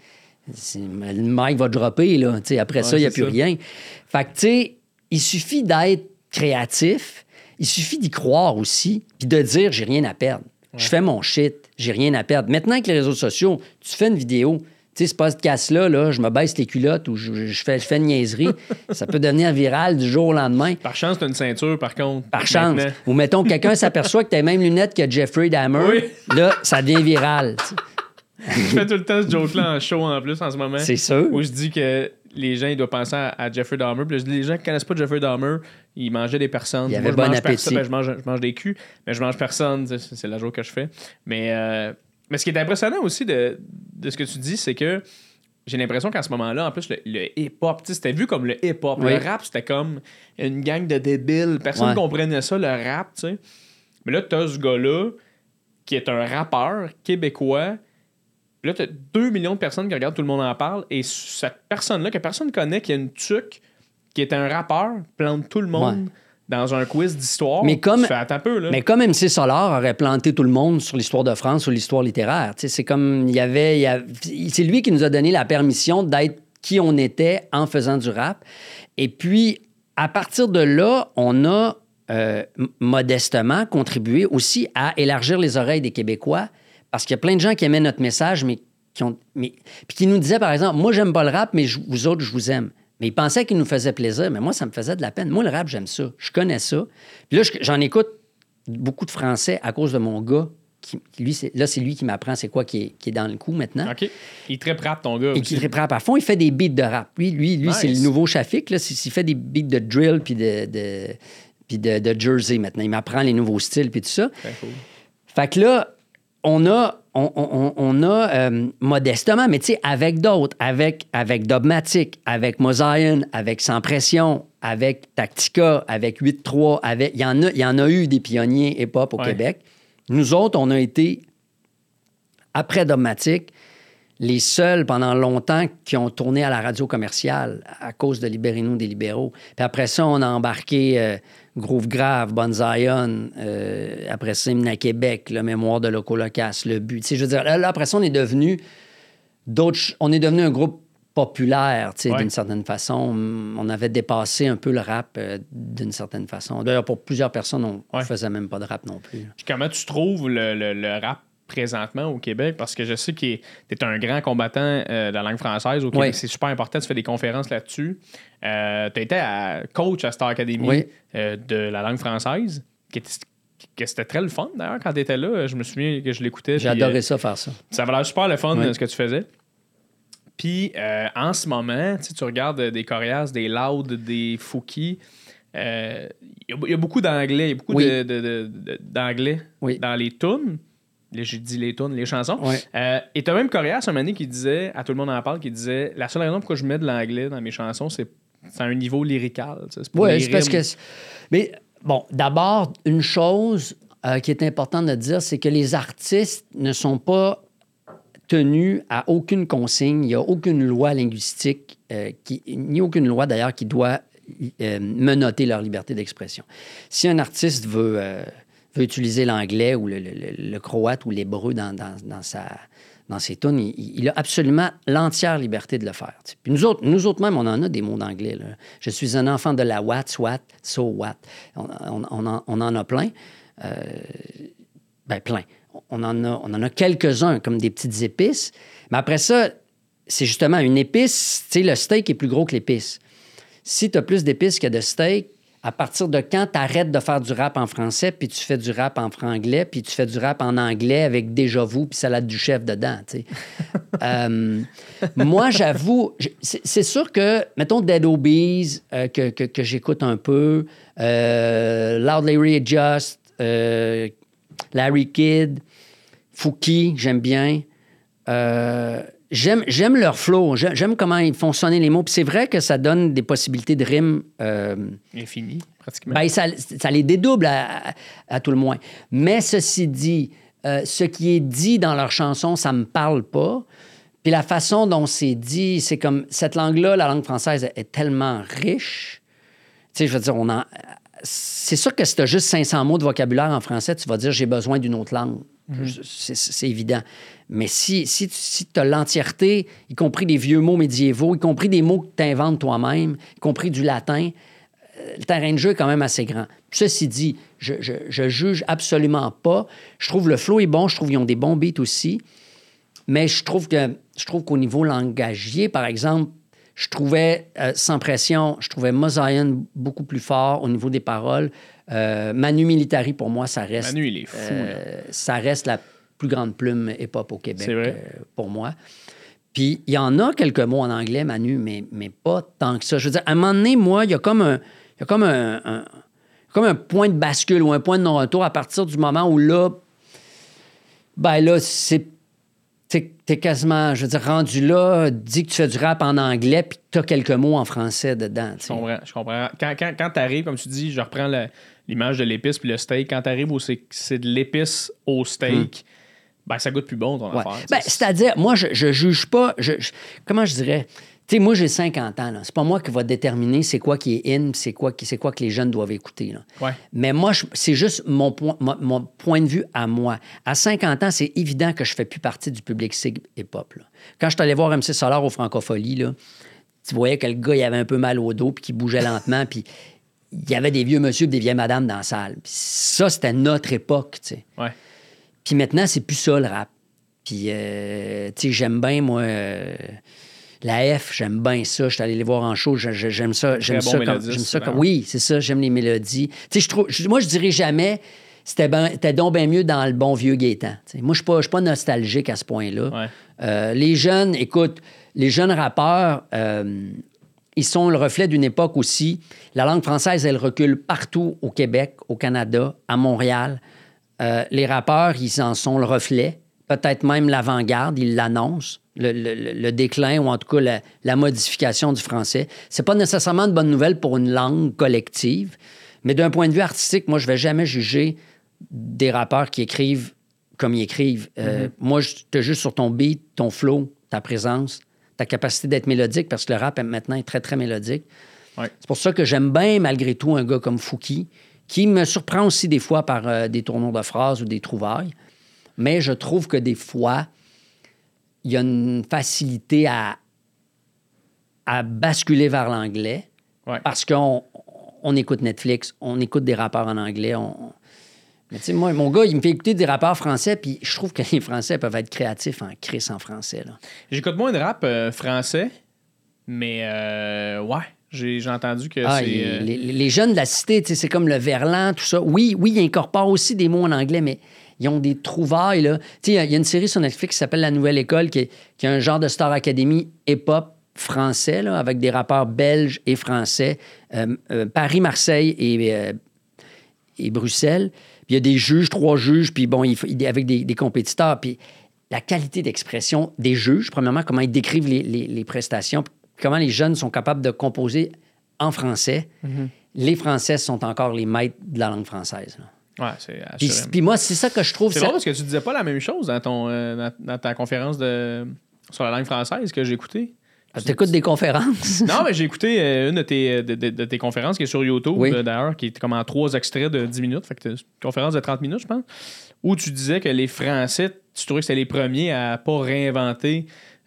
Le mic va dropper, là. Après ça, il n'y a plus rien. Fait que, tu sais, il suffit d'être créatif, il suffit d'y croire aussi, puis de dire j'ai rien à perdre. Je fais mon shit, j'ai rien à perdre. Maintenant, avec les réseaux sociaux, tu fais une vidéo, tu sais, ce podcast-là, là, je me baisse les culottes ou je fais une niaiserie, ça peut devenir viral du jour au lendemain. Par chance, tu as une ceinture, par contre. Par chance. Maintenant. Ou mettons que quelqu'un s'aperçoit que tu as les mêmes lunettes que Jeffrey Dahmer, Oui. là, ça devient viral. T'sais. Je fais tout le temps ce joke-là en show en plus en ce moment. C'est sûr. Où je dis que les gens ils doivent penser à Jeffrey Dahmer. Puis je dis les gens qui connaissent pas Jeffrey Dahmer, ils mangeaient des personnes. Il y Moi, avait je bon mange appétit. personne. Ben, je mange des culs, mais je mange personne. C'est la joke que je fais. Mais ce qui est impressionnant aussi de ce que tu dis, c'est que j'ai l'impression qu'à ce moment-là, en plus, le hip-hop, c'était vu comme le hip-hop. Oui. Le rap, c'était comme une gang de débiles. Personne ne comprenait ça, le rap, tu sais. Mais là, t'as ce gars-là qui est un rappeur québécois. Là, t'as 2 millions de personnes qui regardent, tout le monde en parle. Et cette personne-là, que personne ne connaît, qui a une tuque, qui est un rappeur, plante tout le monde dans un quiz d'histoire. Mais comme, tu fais, attends un peu, là. Mais comme MC Solar aurait planté tout le monde sur l'histoire de France ou l'histoire littéraire. C'est comme c'est lui qui nous a donné la permission d'être qui on était en faisant du rap. Et puis, à partir de là, on a modestement contribué aussi à élargir les oreilles des Québécois. Parce qu'il y a plein de gens qui aimaient notre message, mais qui nous disaient, par exemple, moi, j'aime pas le rap, mais vous autres, je vous aime. Mais ils pensaient qu'ils nous faisaient plaisir, mais moi, ça me faisait de la peine. Moi, le rap, j'aime ça. Je connais ça. Puis là, j'en écoute beaucoup de français à cause de mon gars. C'est lui qui m'apprend c'est quoi qui est dans le coup maintenant. OK. Il est très rap, ton gars. Et qui est rap à fond. Il fait des beats de rap. Lui Nice. C'est le nouveau Shafik. Là. Il fait des beats de drill puis de Jersey maintenant. Il m'apprend les nouveaux styles puis tout ça. Très cool. Fait que là, on a modestement, mais tu sais, avec d'autres, avec Dogmatic, avec Mosaïen, avec Sans Pression, avec Tactica, avec 8-3, il y en a eu des pionniers hip-hop au Québec. Nous autres, on a été, après Dogmatic, les seuls pendant longtemps qui ont tourné à la radio commerciale à cause de Libérez-nous des libéraux. Puis après ça, on a embarqué Groove Grave, Bon Zion, après ça, Hymne à Québec, le Mémoire de Loco Locas, Le But. Tu sais, je veux dire, là, après ça, on est devenu un groupe populaire, tu sais, d'une certaine façon. On avait dépassé un peu le rap d'une certaine façon. D'ailleurs, pour plusieurs personnes, on ne faisait même pas de rap non plus. Puis comment tu trouves le rap présentement au Québec? Parce que je sais que tu es un grand combattant de la langue française au Québec. C'est super important. Tu fais des conférences là-dessus. Tu as été coach à Star Academy de la langue française. Que c'était très le fun, d'ailleurs, quand tu étais là. Je me souviens que je l'écoutais. J'ai adoré ça, faire ça. Ça avait l'air super le fun, ce que tu faisais. Puis, en ce moment, tu regardes des Corias, des Loud, des Fouki. Il y a beaucoup d'anglais. Il y a beaucoup d'anglais dans les tunes. Là, j'ai dit les tunes, les chansons. Et t'as même Corias, un moment donné, qui disait, à tout le monde en parle, qui disait la seule raison pourquoi je mets de l'anglais dans mes chansons, c'est un niveau lyrical. Oui, c'est parce que... Mais Bon, d'abord, une chose qui est importante de dire, c'est que les artistes ne sont pas tenus à aucune consigne. Il n'y a aucune loi linguistique, ni aucune loi d'ailleurs qui doit menotter leur liberté d'expression. Si un artiste veut utiliser l'anglais ou le croate ou l'hébreu dans ses tunes, il a absolument l'entière liberté de le faire. T'sais. Puis nous autres même, on en a des mots d'anglais. Là. Je suis un enfant de la what, swat, so what. On en a plein. Plein. On en a quelques-uns comme des petites épices. Mais après ça, c'est justement une épice. Tu sais, le steak est plus gros que l'épice. Si tu as plus d'épices que de steak, à partir de quand tu arrêtes de faire du rap en français, puis tu fais du rap en franglais, puis tu fais du rap en anglais avec déjà vu, puis salade du chef dedans, tu sais. Moi, j'avoue, c'est sûr que, mettons, Dead Obies, que j'écoute un peu, Loud Larry et Just, Larry Kidd, Fouki, j'aime bien. J'aime leur flow. J'aime comment ils font sonner les mots. Puis c'est vrai que ça donne des possibilités de rimes. Infini, pratiquement. Ben, ça les dédouble à tout le moins. Mais ceci dit, ce qui est dit dans leurs chansons, ça me parle pas. Puis la façon dont c'est dit, c'est comme... Cette langue-là, la langue française, est tellement riche. Tu sais, je veux dire, c'est sûr que si tu as juste 500 mots de vocabulaire en français, tu vas dire « j'ai besoin d'une autre langue ». C'est évident. Mais si tu as l'entièreté, y compris des vieux mots médiévaux, y compris des mots que tu inventes toi-même, y compris du latin, le terrain de jeu est quand même assez grand. Ceci dit, je juge absolument pas. Je trouve le flow est bon, je trouve qu'ils ont des bons beats aussi. Mais je trouve qu'au niveau langagier, par exemple, je trouvais, sans pression, je trouvais Mosaïen beaucoup plus fort au niveau des paroles. Manu Militari, pour moi, ça reste... Manu, il est fou. Ça reste la plus grande plume hip-hop au Québec, pour moi. Puis, il y en a quelques mots en anglais, Manu, mais pas tant que ça. Je veux dire, à un moment donné, moi, il y a comme un point de bascule ou un point de non-retour à partir du moment où là, t'es quasiment, je veux dire, rendu là, dis que tu fais du rap en anglais puis t'as quelques mots en français dedans. Je comprends. Quand t'arrives, comme tu dis, je reprends l'image de l'épice puis le steak, quand t'arrives où c'est de l'épice au steak, ça goûte plus bon ton affaire. C'est-à-dire, moi, je juge pas, comment je dirais... Tu sais, moi, j'ai 50 ans. Là. C'est pas moi qui va déterminer c'est quoi qui est in, c'est quoi que les jeunes doivent écouter. Là. Ouais. Mais moi, c'est juste mon point de vue à moi. À 50 ans, c'est évident que je fais plus partie du public sig hip-hop. Là. Quand je suis allé voir MC Solar au Francophonie, là, tu voyais que le gars, il avait un peu mal au dos puis qu'il bougeait lentement, puis il y avait des vieux monsieur et des vieilles madames dans la salle. Puis ça, c'était notre époque, tu sais. Ouais. Puis maintenant, c'est plus ça, le rap. Puis, tu sais, j'aime bien, moi... La F, j'aime bien ça. Je suis allé les voir en show. J'aime ça. J'aime ça comme. Oui, c'est ça. J'aime les mélodies. Tu sais, moi, je dirais jamais c'était donc bien mieux dans le bon vieux Gaétan. T'sais. Moi, je suis pas nostalgique à ce point-là. Ouais. Les jeunes, écoute, les jeunes rappeurs, ils sont le reflet d'une époque aussi. La langue française, elle recule partout au Québec, au Canada, à Montréal. Les rappeurs, ils en sont le reflet. Peut-être même l'avant-garde, ils l'annoncent. Le déclin ou en tout cas la modification du français. C'est pas nécessairement de bonnes nouvelles pour une langue collective, mais d'un point de vue artistique, moi, je vais jamais juger des rappeurs qui écrivent comme ils écrivent. Moi, je te juge sur ton beat, ton flow, ta présence, ta capacité d'être mélodique, parce que le rap, maintenant, est très, très mélodique. Ouais. C'est pour ça que j'aime bien, malgré tout, un gars comme Fouki, qui me surprend aussi des fois par des tournures de phrases ou des trouvailles. Mais je trouve que des fois, il y a une facilité à basculer vers l'anglais parce qu'on écoute Netflix, on écoute des rappeurs en anglais. Mais tu sais, moi, mon gars, il me fait écouter des rappeurs français, puis je trouve que les Français peuvent être créatifs en crisse en français. Là. J'écoute moins de rap français, mais j'ai entendu que c'est... Les jeunes de la cité, tu sais, c'est comme le verlan, tout ça. Oui, ils incorporent aussi des mots en anglais, mais... Ils ont des trouvailles, là. Tu sais, il y a une série sur Netflix qui s'appelle La Nouvelle École, qui est un genre de Star Academy hip-hop français, là, avec des rappeurs belges et français, Paris, Marseille et Bruxelles. Puis il y a des juges, 3 juges, puis bon, avec des compétiteurs. Puis la qualité d'expression des juges, premièrement, comment ils décrivent les prestations, comment les jeunes sont capables de composer en français. les Français sont encore les maîtres de la langue française. Là. Ouais, c'est Puis, assurément. puis moi, c'est ça que je trouve... C'est drôle parce que tu disais pas la même chose dans, dans ta conférence sur la langue française que j'ai écutée. T'écoutes des conférences? Non, mais j'ai écouté une de tes conférences qui est sur YouTube, Oui. d'ailleurs, qui est comme en 3 extraits de 10 minutes. Fait que c'est une conférence de 30 minutes, je pense, où tu disais que les Français, tu trouvais que c'était les premiers à pas réinventer.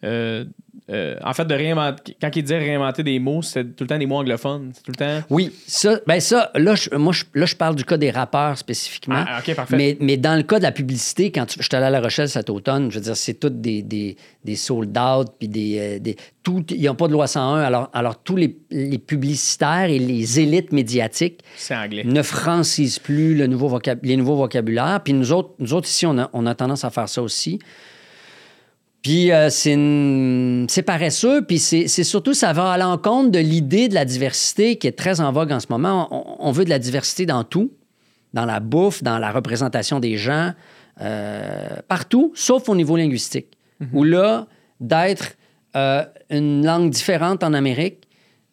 En fait, de réinventer. Quand ils disaient réinventer des mots, c'était tout le temps des mots anglophones. C'est tout le temps. Oui, ça, là, je parle du cas des rappeurs spécifiquement. Ah, OK, parfait. Mais dans le cas de la publicité, quand je suis allé à La Rochelle cet automne, je veux dire, c'est toutes des sold out, puis ils n'ont pas de loi 101. Alors tous les publicitaires et les élites médiatiques C'est anglais. ne francisent plus les nouveaux vocabulaires. Puis nous autres ici, on a tendance à faire ça aussi. Puis c'est paresseux, puis c'est surtout, ça va à l'encontre de l'idée de la diversité qui est très en vogue en ce moment. On veut de la diversité dans tout, dans la bouffe, dans la représentation des gens, partout, sauf au niveau linguistique. Où là, d'être une langue différente en Amérique,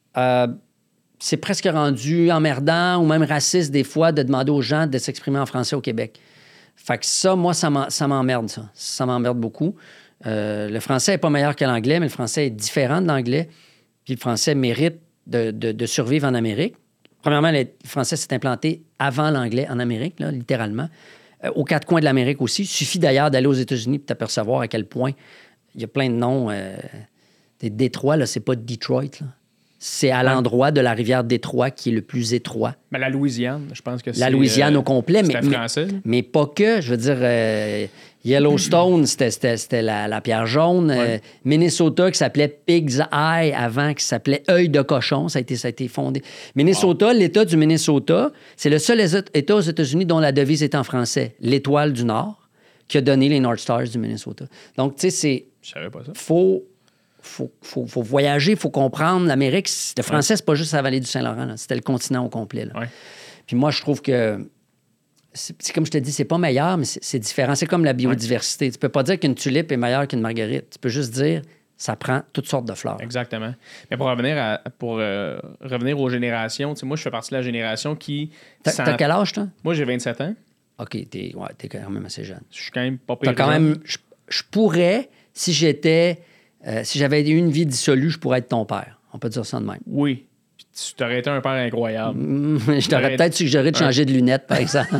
c'est presque rendu emmerdant ou même raciste des fois de demander aux gens de s'exprimer en français au Québec. Fait que ça, moi, ça m'emmerde, ça. Ça m'emmerde beaucoup. Le français n'est pas meilleur que l'anglais, mais le français est différent de l'anglais. Puis le français mérite de survivre en Amérique. Premièrement, le français s'est implanté avant l'anglais en Amérique, là, littéralement. Aux 4 coins de l'Amérique aussi. Il suffit d'ailleurs d'aller aux États-Unis pour t'apercevoir à quel point il y a plein de noms. Des Détroits, là, c'est pas Detroit, là. C'est à l'endroit de la rivière Détroit qui est le plus étroit. Mais la Louisiane, je pense que c'est... La Louisiane au complet, français. mais pas que. Je veux dire, Yellowstone, c'était la pierre jaune. Ouais. Minnesota, qui s'appelait Pig's Eye avant, qui s'appelait Œil de cochon. Ça a été fondé. Minnesota, l'État du Minnesota, c'est le seul État aux États-Unis dont la devise est en français. L'Étoile du Nord, qui a donné les North Stars du Minnesota. Donc, tu sais, c'est... Je savais pas ça. Faut voyager, il faut comprendre. L'Amérique, le français, c'est pas juste la vallée du Saint-Laurent, là. C'était le continent au complet. Là. Ouais. Puis moi, je trouve que, c'est comme je te dis, c'est pas meilleur, mais c'est différent. C'est comme la biodiversité. Ouais. Tu peux pas dire qu'une tulipe est meilleure qu'une marguerite. Tu peux juste dire, ça prend toutes sortes de fleurs. Exactement. Mais pour revenir aux générations, tu sais, moi, je fais partie de la génération qui... T'as quel âge, toi? Moi, j'ai 27 ans. OK, t'es quand même assez jeune. Je suis quand même pas pire. T'as quand même... Je pourrais, si j'avais eu une vie dissolue, je pourrais être ton père. On peut dire ça de même. Oui. Puis tu t'aurais été un père incroyable. Je t'aurais peut-être suggéré de changer de lunettes, par exemple.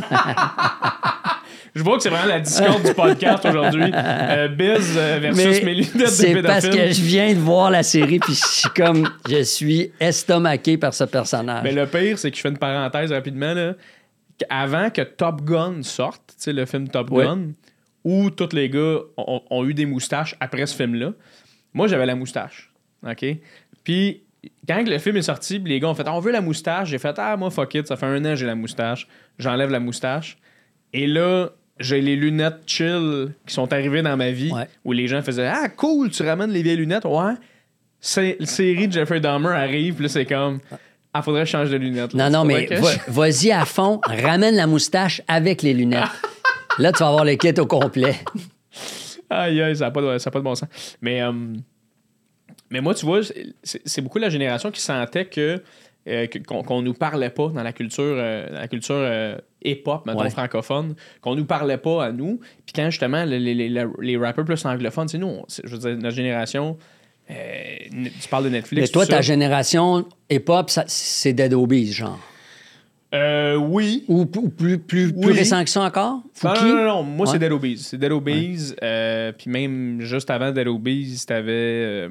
Je vois que c'est vraiment la discorde du podcast aujourd'hui. Biz versus mes lunettes de pédophile. C'est parce que je viens de voir la série puis je suis estomaqué par ce personnage. Mais le pire, c'est que je fais une parenthèse rapidement. Là, avant que Top Gun sorte, tu sais, le film Top Gun, où tous les gars ont eu des moustaches après ce film-là, moi, j'avais la moustache. OK? Puis, quand le film est sorti, les gars ont fait « on veut la moustache », j'ai fait « moi, fuck it, ça fait 1 an que j'ai la moustache. » J'enlève la moustache. Et là, j'ai les lunettes chill qui sont arrivées dans ma vie, où les gens faisaient « ah, cool, tu ramènes les vieilles lunettes. » Ouais. Série de Jeffrey Dahmer arrive, puis là, c'est comme « ah, faudrait que je change de lunettes. » Non, mais vas-y à fond, ramène la moustache avec les lunettes. Là, tu vas avoir le kit au complet. Aïe, ça n'a pas de bon sens. Mais moi, tu vois, c'est beaucoup la génération qui sentait qu'on nous parlait pas dans la culture hip-hop, mettons, francophone, qu'on nous parlait pas à nous. Puis quand, justement, les rappeurs plus anglophones, c'est nous, je veux dire, notre génération, tu parles de Netflix. Mais toi, ta génération hip-hop, c'est Dead Obies, genre. Oui. Ou plus récent que ça encore? Non. Moi, c'est Dead Obies. C'est Dead Obies. Puis même juste avant Dead Obies, t'avais...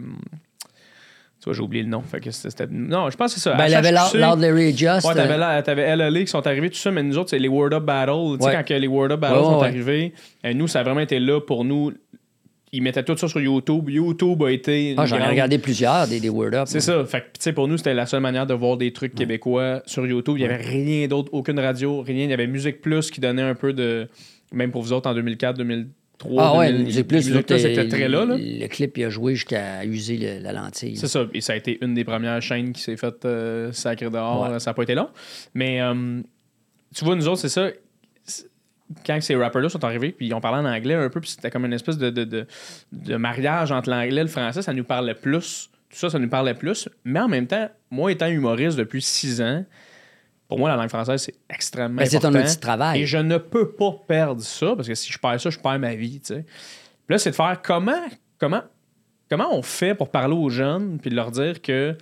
tu vois, j'ai oublié le nom. Fait que c'était... Non, je pense que c'est ça. Il y avait Loud Larry Just. Ouais, t'avais LLA qui sont arrivés, tout ça, mais nous autres, c'est les Word Up Battle. Tu sais, quand les Word Up Battle sont arrivés, nous, ça a vraiment été là pour nous. Ils mettaient tout ça sur YouTube. YouTube a été... j'en ai regardé plusieurs, des Word Up. C'est ça. Fait que, tu sais, pour nous, c'était la seule manière de voir des trucs québécois sur YouTube. Il n'y avait rien d'autre, aucune radio, rien. Il y avait Musique Plus qui donnait un peu de... Même pour vous autres, en 2004, 2003, Musique Plus, c'était très là. Le clip, il a joué jusqu'à user la lentille. C'est ça. Et ça a été une des premières chaînes qui s'est faite sacrée dehors. Ouais. Ça n'a pas été long. Mais, tu vois, nous autres, c'est ça... Quand ces rappers-là sont arrivés, puis ils ont parlé en anglais un peu, puis c'était comme une espèce de mariage entre l'anglais et le français, ça nous parlait plus. Tout ça, ça nous parlait plus. Mais en même temps, moi, étant humoriste depuis 6 ans, Pour moi, la langue française, c'est extrêmement Ben, c'est important. ton outil de travail. Et je ne peux pas perdre ça, parce que si je perds ça, je perds ma vie, tu sais. Puis là, c'est de faire comment on fait pour parler aux jeunes puis de leur dire que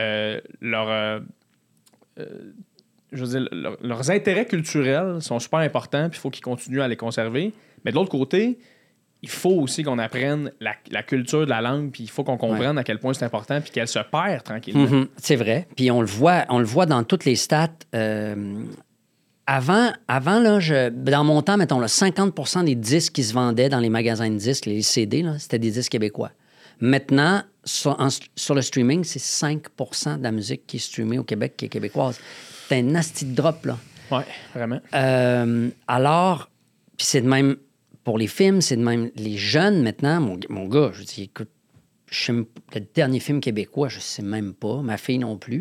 je veux dire, leurs intérêts culturels sont super importants, puis il faut qu'ils continuent à les conserver. Mais de l'autre côté, il faut aussi qu'on apprenne la culture de la langue, puis il faut qu'on comprenne à quel point c'est important, puis qu'elle se perd tranquillement. Mhm, c'est vrai. Puis on le voit dans toutes les stats. Avant là, dans mon temps, mettons, là, 50% des disques qui se vendaient dans les magasins de disques, les CD, là, c'était des disques québécois. Maintenant, sur le streaming, c'est 5% de la musique qui est streamée au Québec qui est québécoise. C'est un nasty de drop, là. Oui, vraiment. Alors, puis c'est de même pour les films, c'est de même les jeunes maintenant. Mon gars, je dis, écoute, le dernier film québécois, je sais même pas. Ma fille non plus.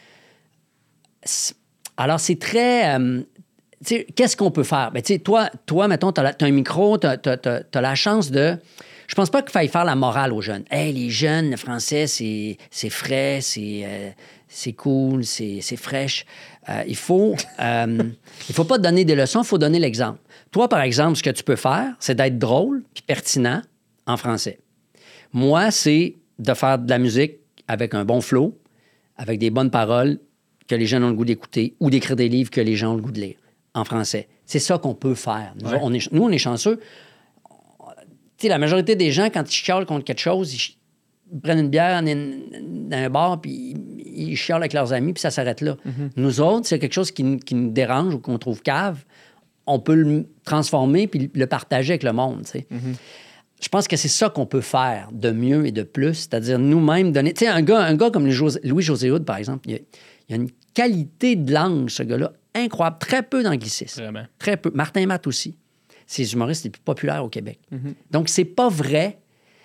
Alors, c'est très... tu sais, qu'est-ce qu'on peut faire? Ben, tu sais, toi, mettons, tu as un micro, tu as la chance de... Je pense pas qu'il faille faire la morale aux jeunes. Hey, les jeunes, le français, c'est frais, c'est cool, c'est fraîche. Il faut pas te donner des leçons, il faut donner l'exemple. Toi, par exemple, ce que tu peux faire, c'est d'être drôle puis pertinent en français. Moi, c'est de faire de la musique avec un bon flow, avec des bonnes paroles que les jeunes ont le goût d'écouter ou d'écrire des livres que les gens ont le goût de lire en français. C'est ça qu'on peut faire. Nous, on est chanceux. Tu sais, la majorité des gens, quand ils chialent contre quelque chose, ils prennent une bière dans un bar, puis ils chialent avec leurs amis, puis ça s'arrête là. Mm-hmm. Nous autres, c'est quelque chose qui nous dérange ou qu'on trouve cave, on peut le transformer puis le partager avec le monde, tu sais. Mm-hmm. Je pense que c'est ça qu'on peut faire de mieux et de plus, c'est-à-dire nous-mêmes donner... Tu sais, un gars comme Louis-José Hood, par exemple, il a une qualité de langue, ce gars-là, incroyable. Très peu d'anglicisme. Vraiment. Très peu. Martin Matt aussi. C'est les humoristes les plus populaires au Québec. Mm-hmm. Donc, c'est pas vrai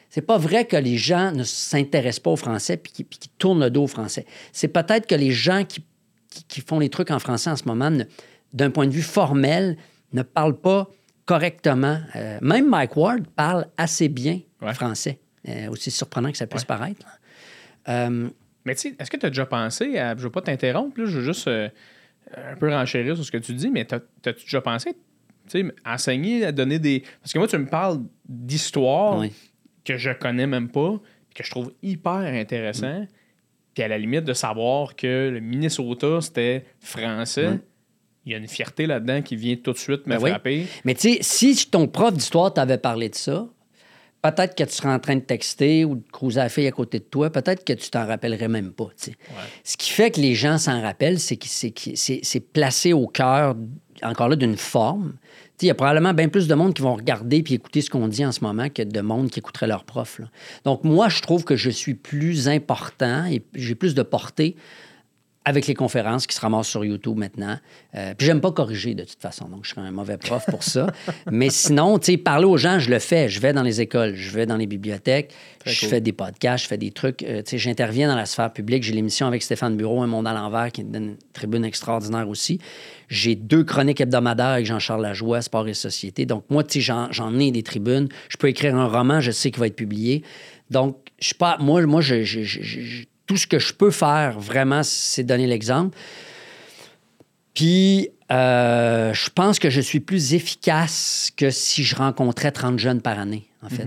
que les gens ne s'intéressent pas au français puis qui tournent le dos au français. C'est peut-être que les gens qui font les trucs en français en ce moment, d'un point de vue formel, ne parlent pas correctement. Même Mike Ward parle assez bien français. Aussi surprenant que ça puisse paraître. Mais tu sais, est-ce que tu as déjà pensé à... Je veux pas t'interrompre, là, je veux juste un peu renchérir sur ce que tu dis, mais t'as-tu déjà pensé... Tu sais, enseigner, à donner des... Parce que moi, tu me parles d'histoire que je connais même pas, que je trouve hyper intéressant, puis à la limite de savoir que le Minnesota, c'était français. Il y a une fierté là-dedans qui vient tout de suite me frapper. Mais tu sais, si ton prof d'histoire t'avait parlé de ça, peut-être que tu serais en train de texter ou de cruiser la fille à côté de toi, peut-être que tu t'en rappellerais même pas. Tu sais. Ce qui fait que les gens s'en rappellent, c'est que c'est placé au cœur, encore là, d'une forme. Il y a probablement bien plus de monde qui vont regarder puis écouter ce qu'on dit en ce moment que de monde qui écouterait leur prof. Là. Donc, moi, je trouve que je suis plus important et j'ai plus de portée avec les conférences qui se ramassent sur YouTube maintenant. Puis j'aime pas corriger de toute façon, donc je serais un mauvais prof pour ça. Mais sinon, tu sais, parler aux gens, je le fais. Je vais dans les écoles, je vais dans les bibliothèques, fais des podcasts, je fais des trucs. Tu sais, j'interviens dans la sphère publique. J'ai l'émission avec Stéphane Bureau, Un monde à l'envers, qui est une tribune extraordinaire aussi. J'ai 2 chroniques hebdomadaires avec Jean-Charles Lajoie, Sport et Société. Donc moi, tu sais, j'en ai des tribunes. Je peux écrire un roman, je sais qu'il va être publié. Donc, je suis pas... Moi, tout ce que je peux faire, vraiment, c'est donner l'exemple. Puis, je pense que je suis plus efficace que si je rencontrais 30 jeunes par année, en fait.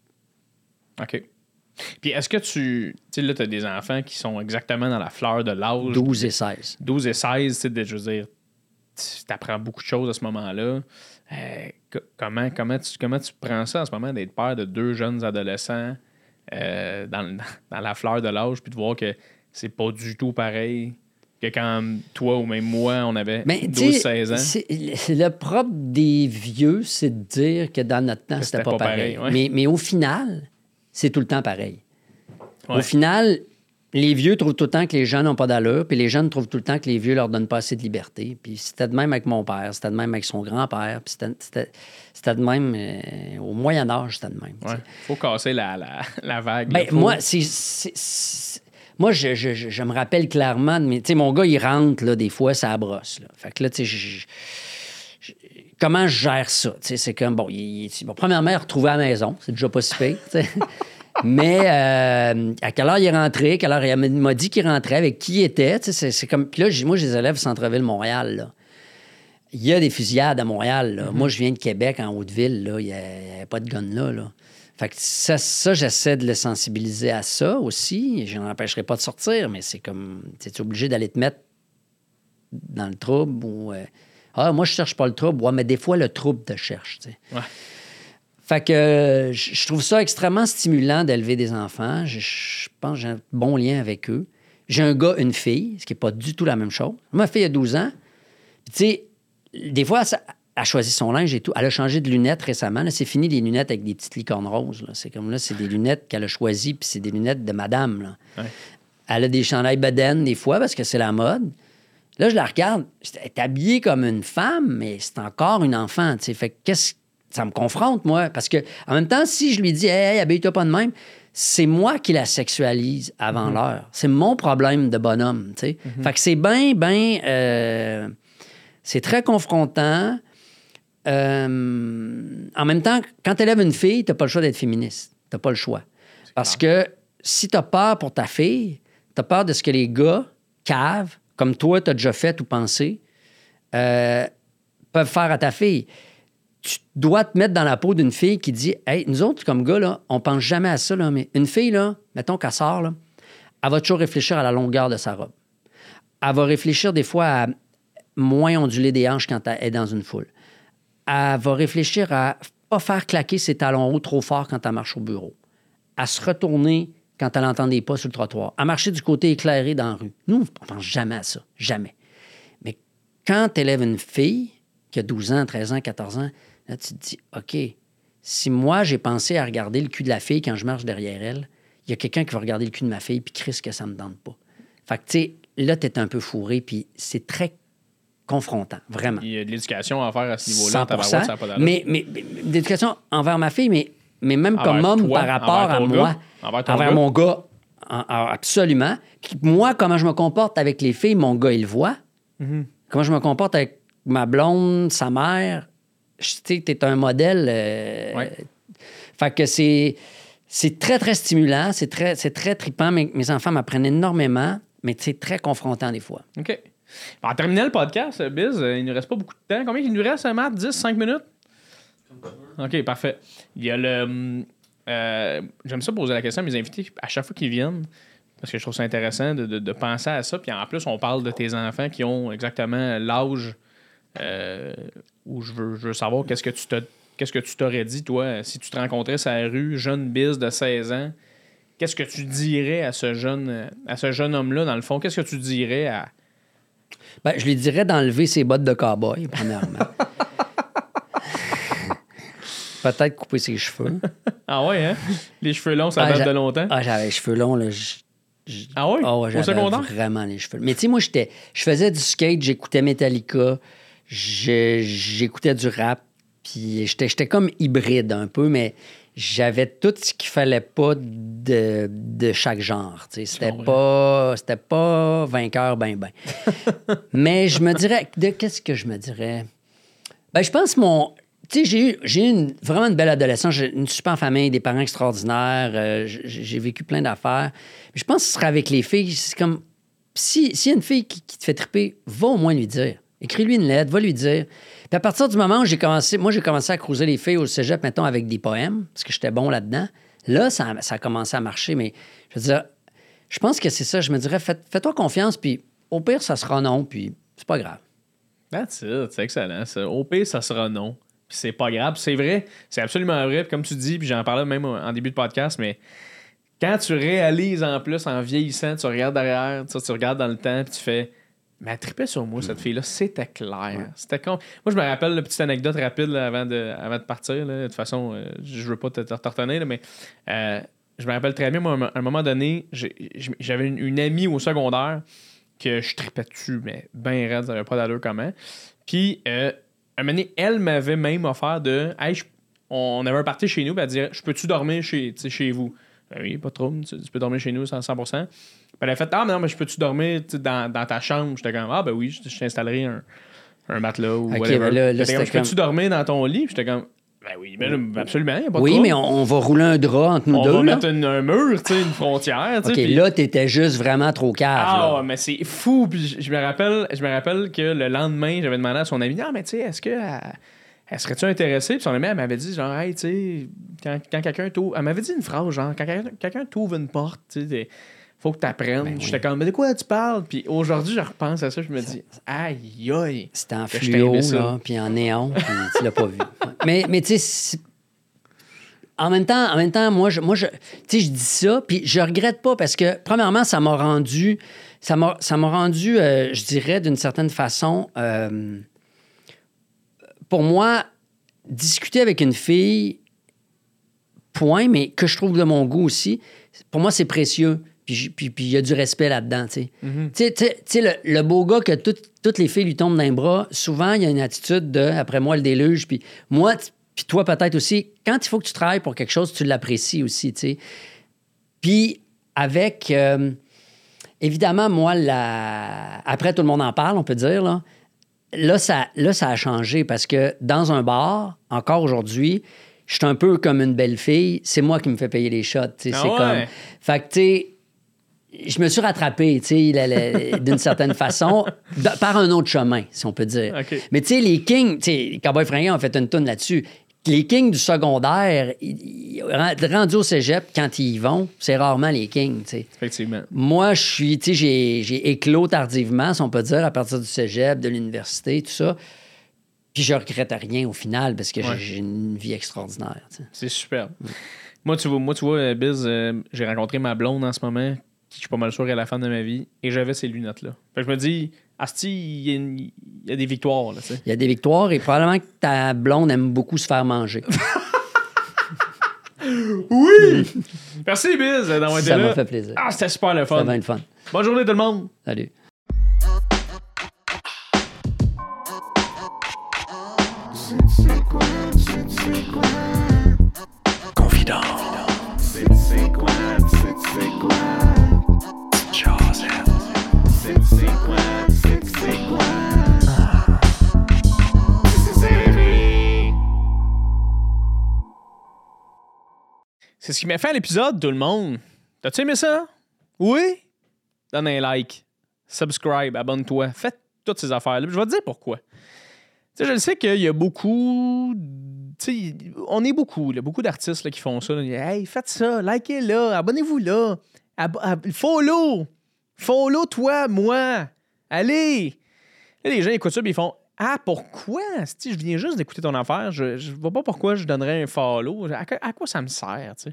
OK. Puis, est-ce que tu sais, là, tu as des enfants qui sont exactement dans la fleur de l'âge. 12 et 16. 12 et 16, tu sais, je veux dire, tu apprends beaucoup de choses à ce moment-là. Comment tu prends ça en ce moment d'être père de 2 jeunes adolescents dans la fleur de l'âge, puis de voir que c'est pas du tout pareil que quand toi ou même moi, on avait 12-16 ans. C'est le propre des vieux, c'est de dire que dans notre temps, c'était pas pareil. Mais au final, c'est tout le temps pareil. Au final, les vieux trouvent tout le temps que les jeunes n'ont pas d'allure, puis les jeunes trouvent tout le temps que les vieux leur donnent pas assez de liberté. Puis c'était de même avec mon père, c'était de même avec son grand-père, puis c'était de même au Moyen Âge, c'était de même. Il faut casser la vague. Ben, moi, moi, je me rappelle clairement, mais tu sais, mon gars, il rentre, là, des fois, ça brosse. Là. Fait que là, tu sais, comment je gère ça? Tu sais, c'est comme, bon, premièrement, retrouver à la maison, c'est déjà pas si pire, tu sais. Mais à quelle heure il est rentré, à quelle heure il m'a dit qu'il rentrait, avec qui il était. C'est comme... Puis là, moi, je les élève Centre-Ville, Montréal. Là. Il y a des fusillades à Montréal. Là. Moi, je viens de Québec, en Haute-Ville. Là. Il n'y a pas de gun là. Fait que ça, j'essaie de le sensibiliser à ça aussi. Je n'en empêcherai pas de sortir, mais c'est comme... Tu es obligé d'aller te mettre dans le trouble ou... moi, je cherche pas le trouble. Ouais, mais des fois, le trouble te cherche, tu sais. Ouais. Fait que je trouve ça extrêmement stimulant d'élever des enfants. Je pense que j'ai un bon lien avec eux. J'ai un gars, une fille, ce qui n'est pas du tout la même chose. Ma fille a 12 ans. Tu sais, des fois, elle a choisi son linge et tout. Elle a changé de lunettes récemment. Là, c'est fini les lunettes avec des petites licornes roses. Là. C'est comme là, c'est des lunettes qu'elle a choisies, puis c'est des lunettes de madame. Là. Ouais. Elle a des chandails bedaine des fois parce que c'est la mode. Là, je la regarde. Elle est habillée comme une femme, mais c'est encore une enfant. T'sais. Fait que ça me confronte, moi. Parce que en même temps, si je lui dis « Hey, habille-toi pas de même », c'est moi qui la sexualise avant l'heure. C'est mon problème de bonhomme. Fait que c'est c'est très confrontant. En même temps, quand tu élèves une fille, tu n'as pas le choix d'être féministe. Tu n'as pas le choix. Parce que si tu as peur pour ta fille, tu as peur de ce que les gars caves, comme toi, tu as déjà fait ou pensé, peuvent faire à ta fille. Tu dois te mettre dans la peau d'une fille qui dit « Hey, nous autres, comme gars, là, on pense jamais à ça, là, mais une fille, là, mettons qu'elle sort, là, elle va toujours réfléchir à la longueur de sa robe. Elle va réfléchir des fois à moins onduler des hanches quand elle est dans une foule. Elle va réfléchir à pas faire claquer ses talons hauts trop fort quand elle marche au bureau. À se retourner quand elle entend des pas sur le trottoir. À marcher du côté éclairé dans la rue. Nous, on pense jamais à ça. Jamais. Mais quand tu élèves une fille qui a 12 ans, 13 ans, 14 ans, là, tu te dis, OK, si moi, j'ai pensé à regarder le cul de la fille quand je marche derrière elle, il y a quelqu'un qui va regarder le cul de ma fille puis Christ que ça me tente pas. Fait que, tu sais, là, t'es un peu fourré puis c'est très confrontant, vraiment. Il y a de l'éducation à faire à ce niveau-là. 100%, Ça n'a pas d'allure. mais d'éducation envers ma fille, mais même comme homme toi, par rapport à moi, envers mon gars, absolument. Moi, comment je me comporte avec les filles, mon gars, il le voit. Comment je me comporte avec ma blonde, sa mère, tu sais, t'es un modèle. Fait que c'est très, très stimulant, c'est très trippant. Mes enfants m'apprennent énormément, mais c'est très confrontant des fois. OK. En terminant le podcast, Biz, il ne nous reste pas beaucoup de temps. Combien il nous reste, Matt? 10, 5 minutes? OK, parfait. Il y a le... j'aime ça poser la question à mes invités à chaque fois qu'ils viennent, parce que je trouve ça intéressant de penser à ça. Puis en plus, on parle de tes enfants qui ont exactement l'âge où je veux savoir qu'est-ce que tu t'aurais dit, toi, si tu te rencontrais sur la rue, jeune Biz de 16 ans. Qu'est-ce que tu dirais à ce jeune homme-là, dans le fond? Qu'est-ce que tu dirais à... Ben, je lui dirais d'enlever ses bottes de cow-boy, premièrement. Peut-être couper ses cheveux. Ah ouais, hein? Les cheveux longs, ça date de longtemps? Ah, j'avais les cheveux longs, là. Ah ouais? Oh, au secondaire? Vraiment les cheveux. Mais tu sais, moi, je faisais du skate, j'écoutais Metallica, j'écoutais du rap, puis j'étais comme hybride un peu, mais j'avais tout ce qu'il fallait pas de chaque genre. C'était pas vainqueur, ben. Mais je me dirais... Qu'est-ce que je me dirais? Ben, je pense tu sais, j'ai eu vraiment une belle adolescence. J'ai une super famille, des parents extraordinaires. J'ai vécu plein d'affaires. Mais je pense que ce serait avec les filles. C'est comme... S'il y a une fille qui te fait triper, va au moins lui dire. Écris-lui une lettre, va lui dire. Puis à partir du moment où j'ai commencé à cruiser les filles au cégep, mettons, avec des poèmes, parce que j'étais bon là-dedans. Là, ça a commencé à marcher. Mais je veux dire, je pense que c'est ça. Je me dirais, fais-toi confiance, puis au pire, ça sera non, puis c'est pas grave. That's it. C'est excellent, ça. Au pire, ça sera non. Puis c'est pas grave. C'est vrai. C'est absolument vrai. Puis comme tu dis, puis j'en parlais même en début de podcast, mais quand tu réalises en plus, en vieillissant, tu regardes derrière, tu regardes dans le temps, puis tu fais... Mais elle trippait sur moi, cette fille-là. C'était clair. Ouais. C'était con. Moi, je me rappelle la petite anecdote rapide là, avant de partir. Là. De toute façon, je veux pas te retenir, là, mais je me rappelle très bien, moi, à un moment donné, j'avais une amie au secondaire que je trippais dessus, mais ben raide, ça n'avait pas d'allure comment. Puis, un moment donné, elle m'avait même offert de... Hey, on avait un party chez nous, puis elle disait, je peux-tu dormir chez vous? Ben oui, pas trop. Tu peux dormir chez nous 100%. Puis elle a fait, mais non, mais je peux-tu dormir dans ta chambre? J'étais comme, ben oui, je t'installerai un matelas ou okay, whatever. Là, je peux-tu dormir dans ton lit? Puis j'étais comme, Ben oui, absolument, y a pas de Oui, trouble. mais on va rouler un drap entre nous On deux. va là. mettre un mur, tu sais, une frontière. tu sais, OK, puis- là, t'étais juste vraiment trop cave. Ah, là. mais c'est fou. Puis je me rappelle que le lendemain, j'avais demandé à son ami, ah, mais tu sais, est-ce que elle serait-tu intéressée? Puis son ami, elle m'avait dit, genre, hey, tu sais, quand quelqu'un t'ouvre. Elle m'avait dit une phrase, genre, quand quelqu'un t'ouvre une porte, tu sais, faut que t'apprennes. Ben oui. J'étais comme, mais de quoi tu parles? Puis aujourd'hui, je repense à ça, je me dis, aïe, aïe. C'était en que je fluo, t'aimais ça. là, puis en néon, puis tu l'as pas vu. Mais tu sais, en même temps, moi, tu sais, je dis ça, puis je regrette pas parce que, premièrement, ça m'a rendu, je dirais, d'une certaine façon, pour moi, discuter avec une fille, point, mais que je trouve de mon goût aussi, pour moi, c'est précieux. Puis il y a du respect là-dedans, tu sais. Tu sais, le beau gars que toutes les filles lui tombent dans les bras, souvent, il y a une attitude de « après moi, le déluge », puis moi, puis toi peut-être aussi, quand il faut que tu travailles pour quelque chose, tu l'apprécies aussi, tu sais. Puis avec, évidemment, moi, après, tout le monde en parle, on peut dire, là. Là, ça a changé parce que dans un bar, encore aujourd'hui, je suis un peu comme une belle fille. C'est moi qui me fais payer les shots. Tu sais, Ah c'est ouais? comme... Fait que, tu sais, je me suis rattrapé, tu sais, d'une certaine façon, par un autre chemin, si on peut dire. OK. Mais tu sais, les Kings, tu sais, les Cowboys Fringants ont fait une toune là-dessus. Les Kings du secondaire, rendus au cégep, quand ils y vont, c'est rarement les Kings, tu sais. Effectivement. Moi, je suis, tu sais, j'ai éclos tardivement, si on peut dire, à partir du cégep, de l'université, tout ça. Puis je regrette rien au final parce que Ouais. j'ai une vie extraordinaire, tu sais. C'est super. Moi, tu vois, Biz, j'ai rencontré ma blonde en ce moment, qui je suis pas mal sûr qu'elle est la femme de ma vie, et j'avais ces lunettes-là. Fait que je me dis, asti, il y a des victoires, là, tu sais. Il y a des victoires et probablement que ta blonde aime beaucoup se faire manger. Oui! Merci, Biz, d'avoir été Ça là. m'a fait plaisir. Ah, c'était super le Ça fun. va être fun. Bonne journée, tout le monde. Salut. C'est quoi? C'est quoi? C'est ce qui m'a fait à l'épisode, tout le monde. T'as-tu aimé ça? Oui? Donne un like, subscribe, abonne-toi, fais toutes ces affaires-là. Je vais te dire pourquoi. Tu sais, je le sais qu'il y a beaucoup... Tu sais, on est beaucoup, là, beaucoup d'artistes là, qui font ça. Là. Hey, faites ça, likez là, abonnez-vous là. Follow! Follow toi, moi! Allez! Là, les gens écoutent ça et ils font ah, pourquoi? Si je viens juste d'écouter ton affaire, je vois pas pourquoi je donnerais un follow. À quoi ça me sert, tu sais?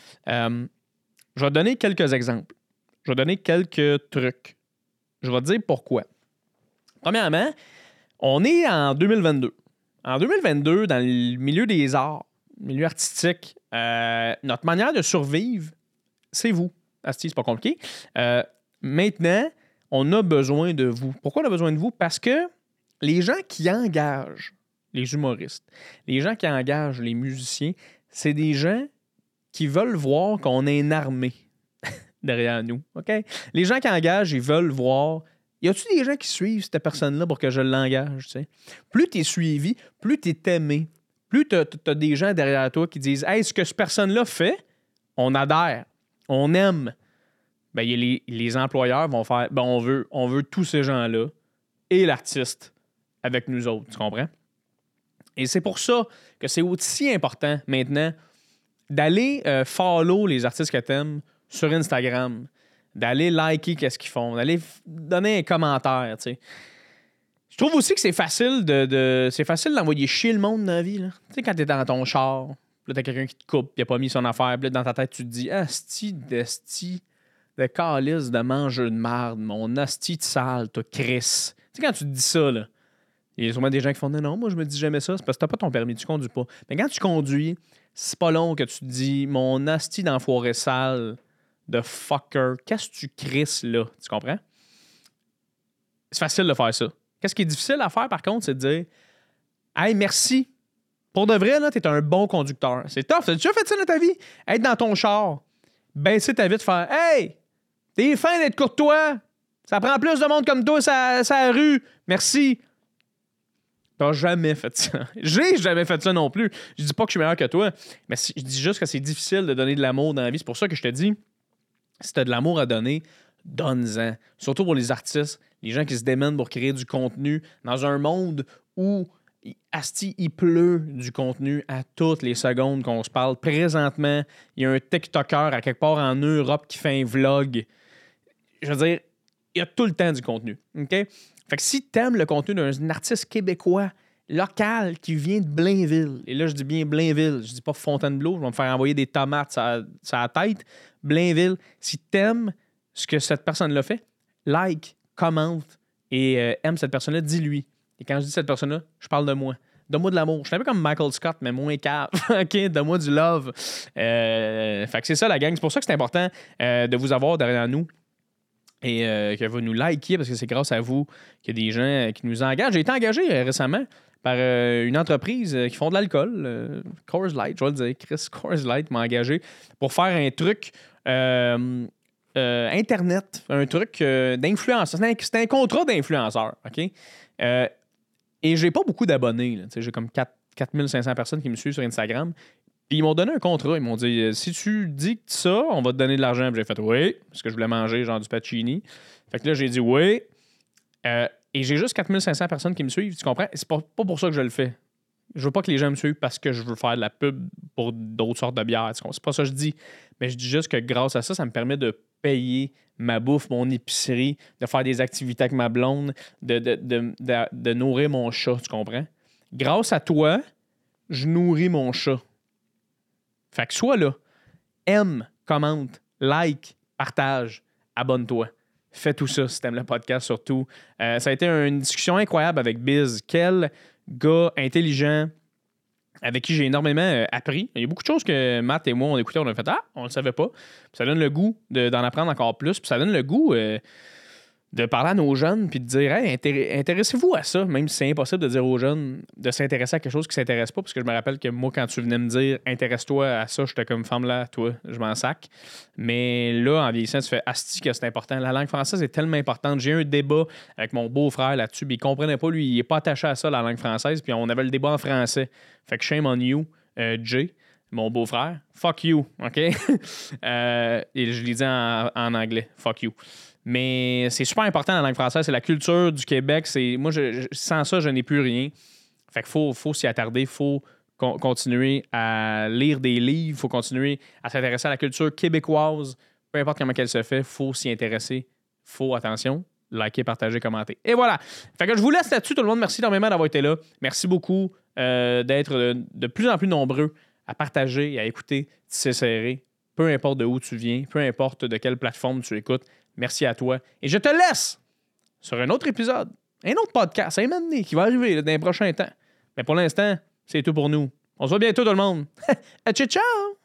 Je vais te donner quelques exemples. Je vais te donner quelques trucs. Je vais te dire pourquoi. Premièrement, on est en 2022. En 2022, dans le milieu des arts, milieu artistique, notre manière de survivre, c'est vous. Asti, c'est pas compliqué. Maintenant, on a besoin de vous. Pourquoi on a besoin de vous? Parce que les gens qui engagent les humoristes, les gens qui engagent les musiciens, c'est des gens qui veulent voir qu'on a une armée derrière nous. OK? Les gens qui engagent, ils veulent voir. Y a-tu des gens qui suivent cette personne-là pour que je l'engage? Tu sais? Plus tu es suivi, plus tu es aimé, plus tu as des gens derrière toi qui disent hey, ce que cette personne-là fait, on adhère, on aime. Ben, les employeurs vont faire ben, on veut tous ces gens-là et l'artiste avec nous autres. Tu comprends? Et c'est pour ça que c'est aussi important maintenant d'aller follow les artistes que tu aimes sur Instagram, d'aller liker qu'est-ce qu'ils font, d'aller donner un commentaire, tu sais. Je trouve aussi que c'est facile c'est facile d'envoyer chier le monde dans la vie, là. Tu sais, quand t'es dans ton char, là, t'as quelqu'un qui te coupe, il a pas mis son affaire, puis là, dans ta tête, tu te dis « Asti de calice de mangeux de marde, mon asti de sale, toi, Chris. » Tu sais, quand tu te dis ça, là, il y a souvent des gens qui font « Non, moi, je me dis jamais ça, c'est parce que t'as pas ton permis, tu conduis pas. » Mais quand tu conduis, c'est pas long que tu te dis « Mon asti d'enfoiré sale de fucker, qu'est-ce que tu crisses là? » Tu comprends? C'est facile de faire ça. Qu'est-ce qui est difficile à faire, par contre, c'est de dire « Hey, merci. Pour de vrai, là, t'es un bon conducteur. C'est tough. T'as déjà fait ça dans ta vie? Être dans ton char, baisser ta vitre, faire « Hey, t'es fin d'être courtois. Ça prend plus de monde comme toi, ça la rue. Merci. » T'as jamais fait ça. J'ai jamais fait ça non plus. Je dis pas que je suis meilleur que toi, mais je dis juste que c'est difficile de donner de l'amour dans la vie. C'est pour ça que je te dis, si t'as de l'amour à donner, donne-en. Surtout pour les artistes, les gens qui se démènent pour créer du contenu dans un monde où asti, il pleut du contenu à toutes les secondes qu'on se parle. Présentement, il y a un TikToker à quelque part en Europe qui fait un vlog. Je veux dire, il y a tout le temps du contenu. OK? Fait que si t'aimes le contenu d'un artiste québécois local qui vient de Blainville, et là je dis bien Blainville, je dis pas Fontainebleau, je vais me faire envoyer des tomates sur la tête. Blainville, si t'aimes ce que cette personne-là fait, like, commente et aime cette personne-là, dis-lui. Et quand je dis cette personne-là, je parle de moi. Donne-moi de l'amour. Je suis un peu comme Michael Scott, mais moins cave. OK? Donne-moi du love. Fait que c'est ça, la gang. C'est pour ça que c'est important de vous avoir derrière nous et que vous nous likiez, parce que c'est grâce à vous qu'il y a des gens qui nous engagent. J'ai été engagé récemment par une entreprise qui font de l'alcool. Coors Light, je vais le dire. Chris Coors Light m'a engagé pour faire un truc Internet, un truc d'influenceur. C'était un contrat d'influenceur. OK? Et j'ai pas beaucoup d'abonnés. J'ai comme 4500 personnes qui me suivent sur Instagram. Puis ils m'ont donné un contrat. Ils m'ont dit, si tu dis ça, on va te donner de l'argent. Puis j'ai fait oui, parce que je voulais manger genre du pacini. Fait que là, j'ai dit oui. Et j'ai juste 4500 personnes qui me suivent. Tu comprends? C'est pas pour ça que je le fais. Je veux pas que les gens me suivent parce que je veux faire de la pub pour d'autres sortes de bières. C'est pas ça que je dis. Mais je dis juste que grâce à ça, ça me permet de payer ma bouffe, mon épicerie, de faire des activités avec ma blonde, de nourrir mon chat, tu comprends? Grâce à toi, je nourris mon chat. Fait que sois là. Aime, commente, like, partage, abonne-toi. Fais tout ça si t'aimes le podcast surtout. Ça a été une discussion incroyable avec Biz. Quel gars intelligent avec qui j'ai énormément appris. Il y a beaucoup de choses que Matt et moi, on écoutait, on a fait « Ah, on le savait pas ». Puis ça donne le goût d'en apprendre encore plus. Puis ça donne le goût de parler à nos jeunes puis de dire « Hey, intéressez-vous à ça », même si c'est impossible de dire aux jeunes de s'intéresser à quelque chose qui ne s'intéresse pas. Parce que je me rappelle que moi, quand tu venais me dire « Intéresse-toi à ça », j'étais comme « Femme-là, toi, je m'en sac ». Mais là, en vieillissant, tu fais « Asti que c'est important ». La langue française est tellement importante. J'ai eu un débat avec mon beau-frère là-dessus, puis il comprenait pas, lui, il est pas attaché à ça, la langue française, puis on avait le débat en français. Fait que shame on you, Jay, mon beau-frère. Fuck you, OK? Et je l'ai dit en anglais. Fuck you. Mais c'est super important la langue française. C'est la culture du Québec. Moi, sans ça, je n'ai plus rien. Fait qu'il faut s'y attarder. Il faut continuer à lire des livres. Il faut continuer à s'intéresser à la culture québécoise. Peu importe comment elle se fait, il faut s'y intéresser. Faut, attention, liker, partager, commenter. Et voilà. Fait que je vous laisse là-dessus, tout le monde. Merci énormément d'avoir été là. Merci beaucoup d'être de plus en plus nombreux à partager et à écouter Tissé Serré. Peu importe de où tu viens, peu importe de quelle plateforme tu écoutes. Merci à toi. Et je te laisse sur un autre épisode, un autre podcast, un moment donné qui va arriver là, dans les prochains temps. Mais pour l'instant, c'est tout pour nous. On se voit bientôt, tout le monde. Ciao, ciao!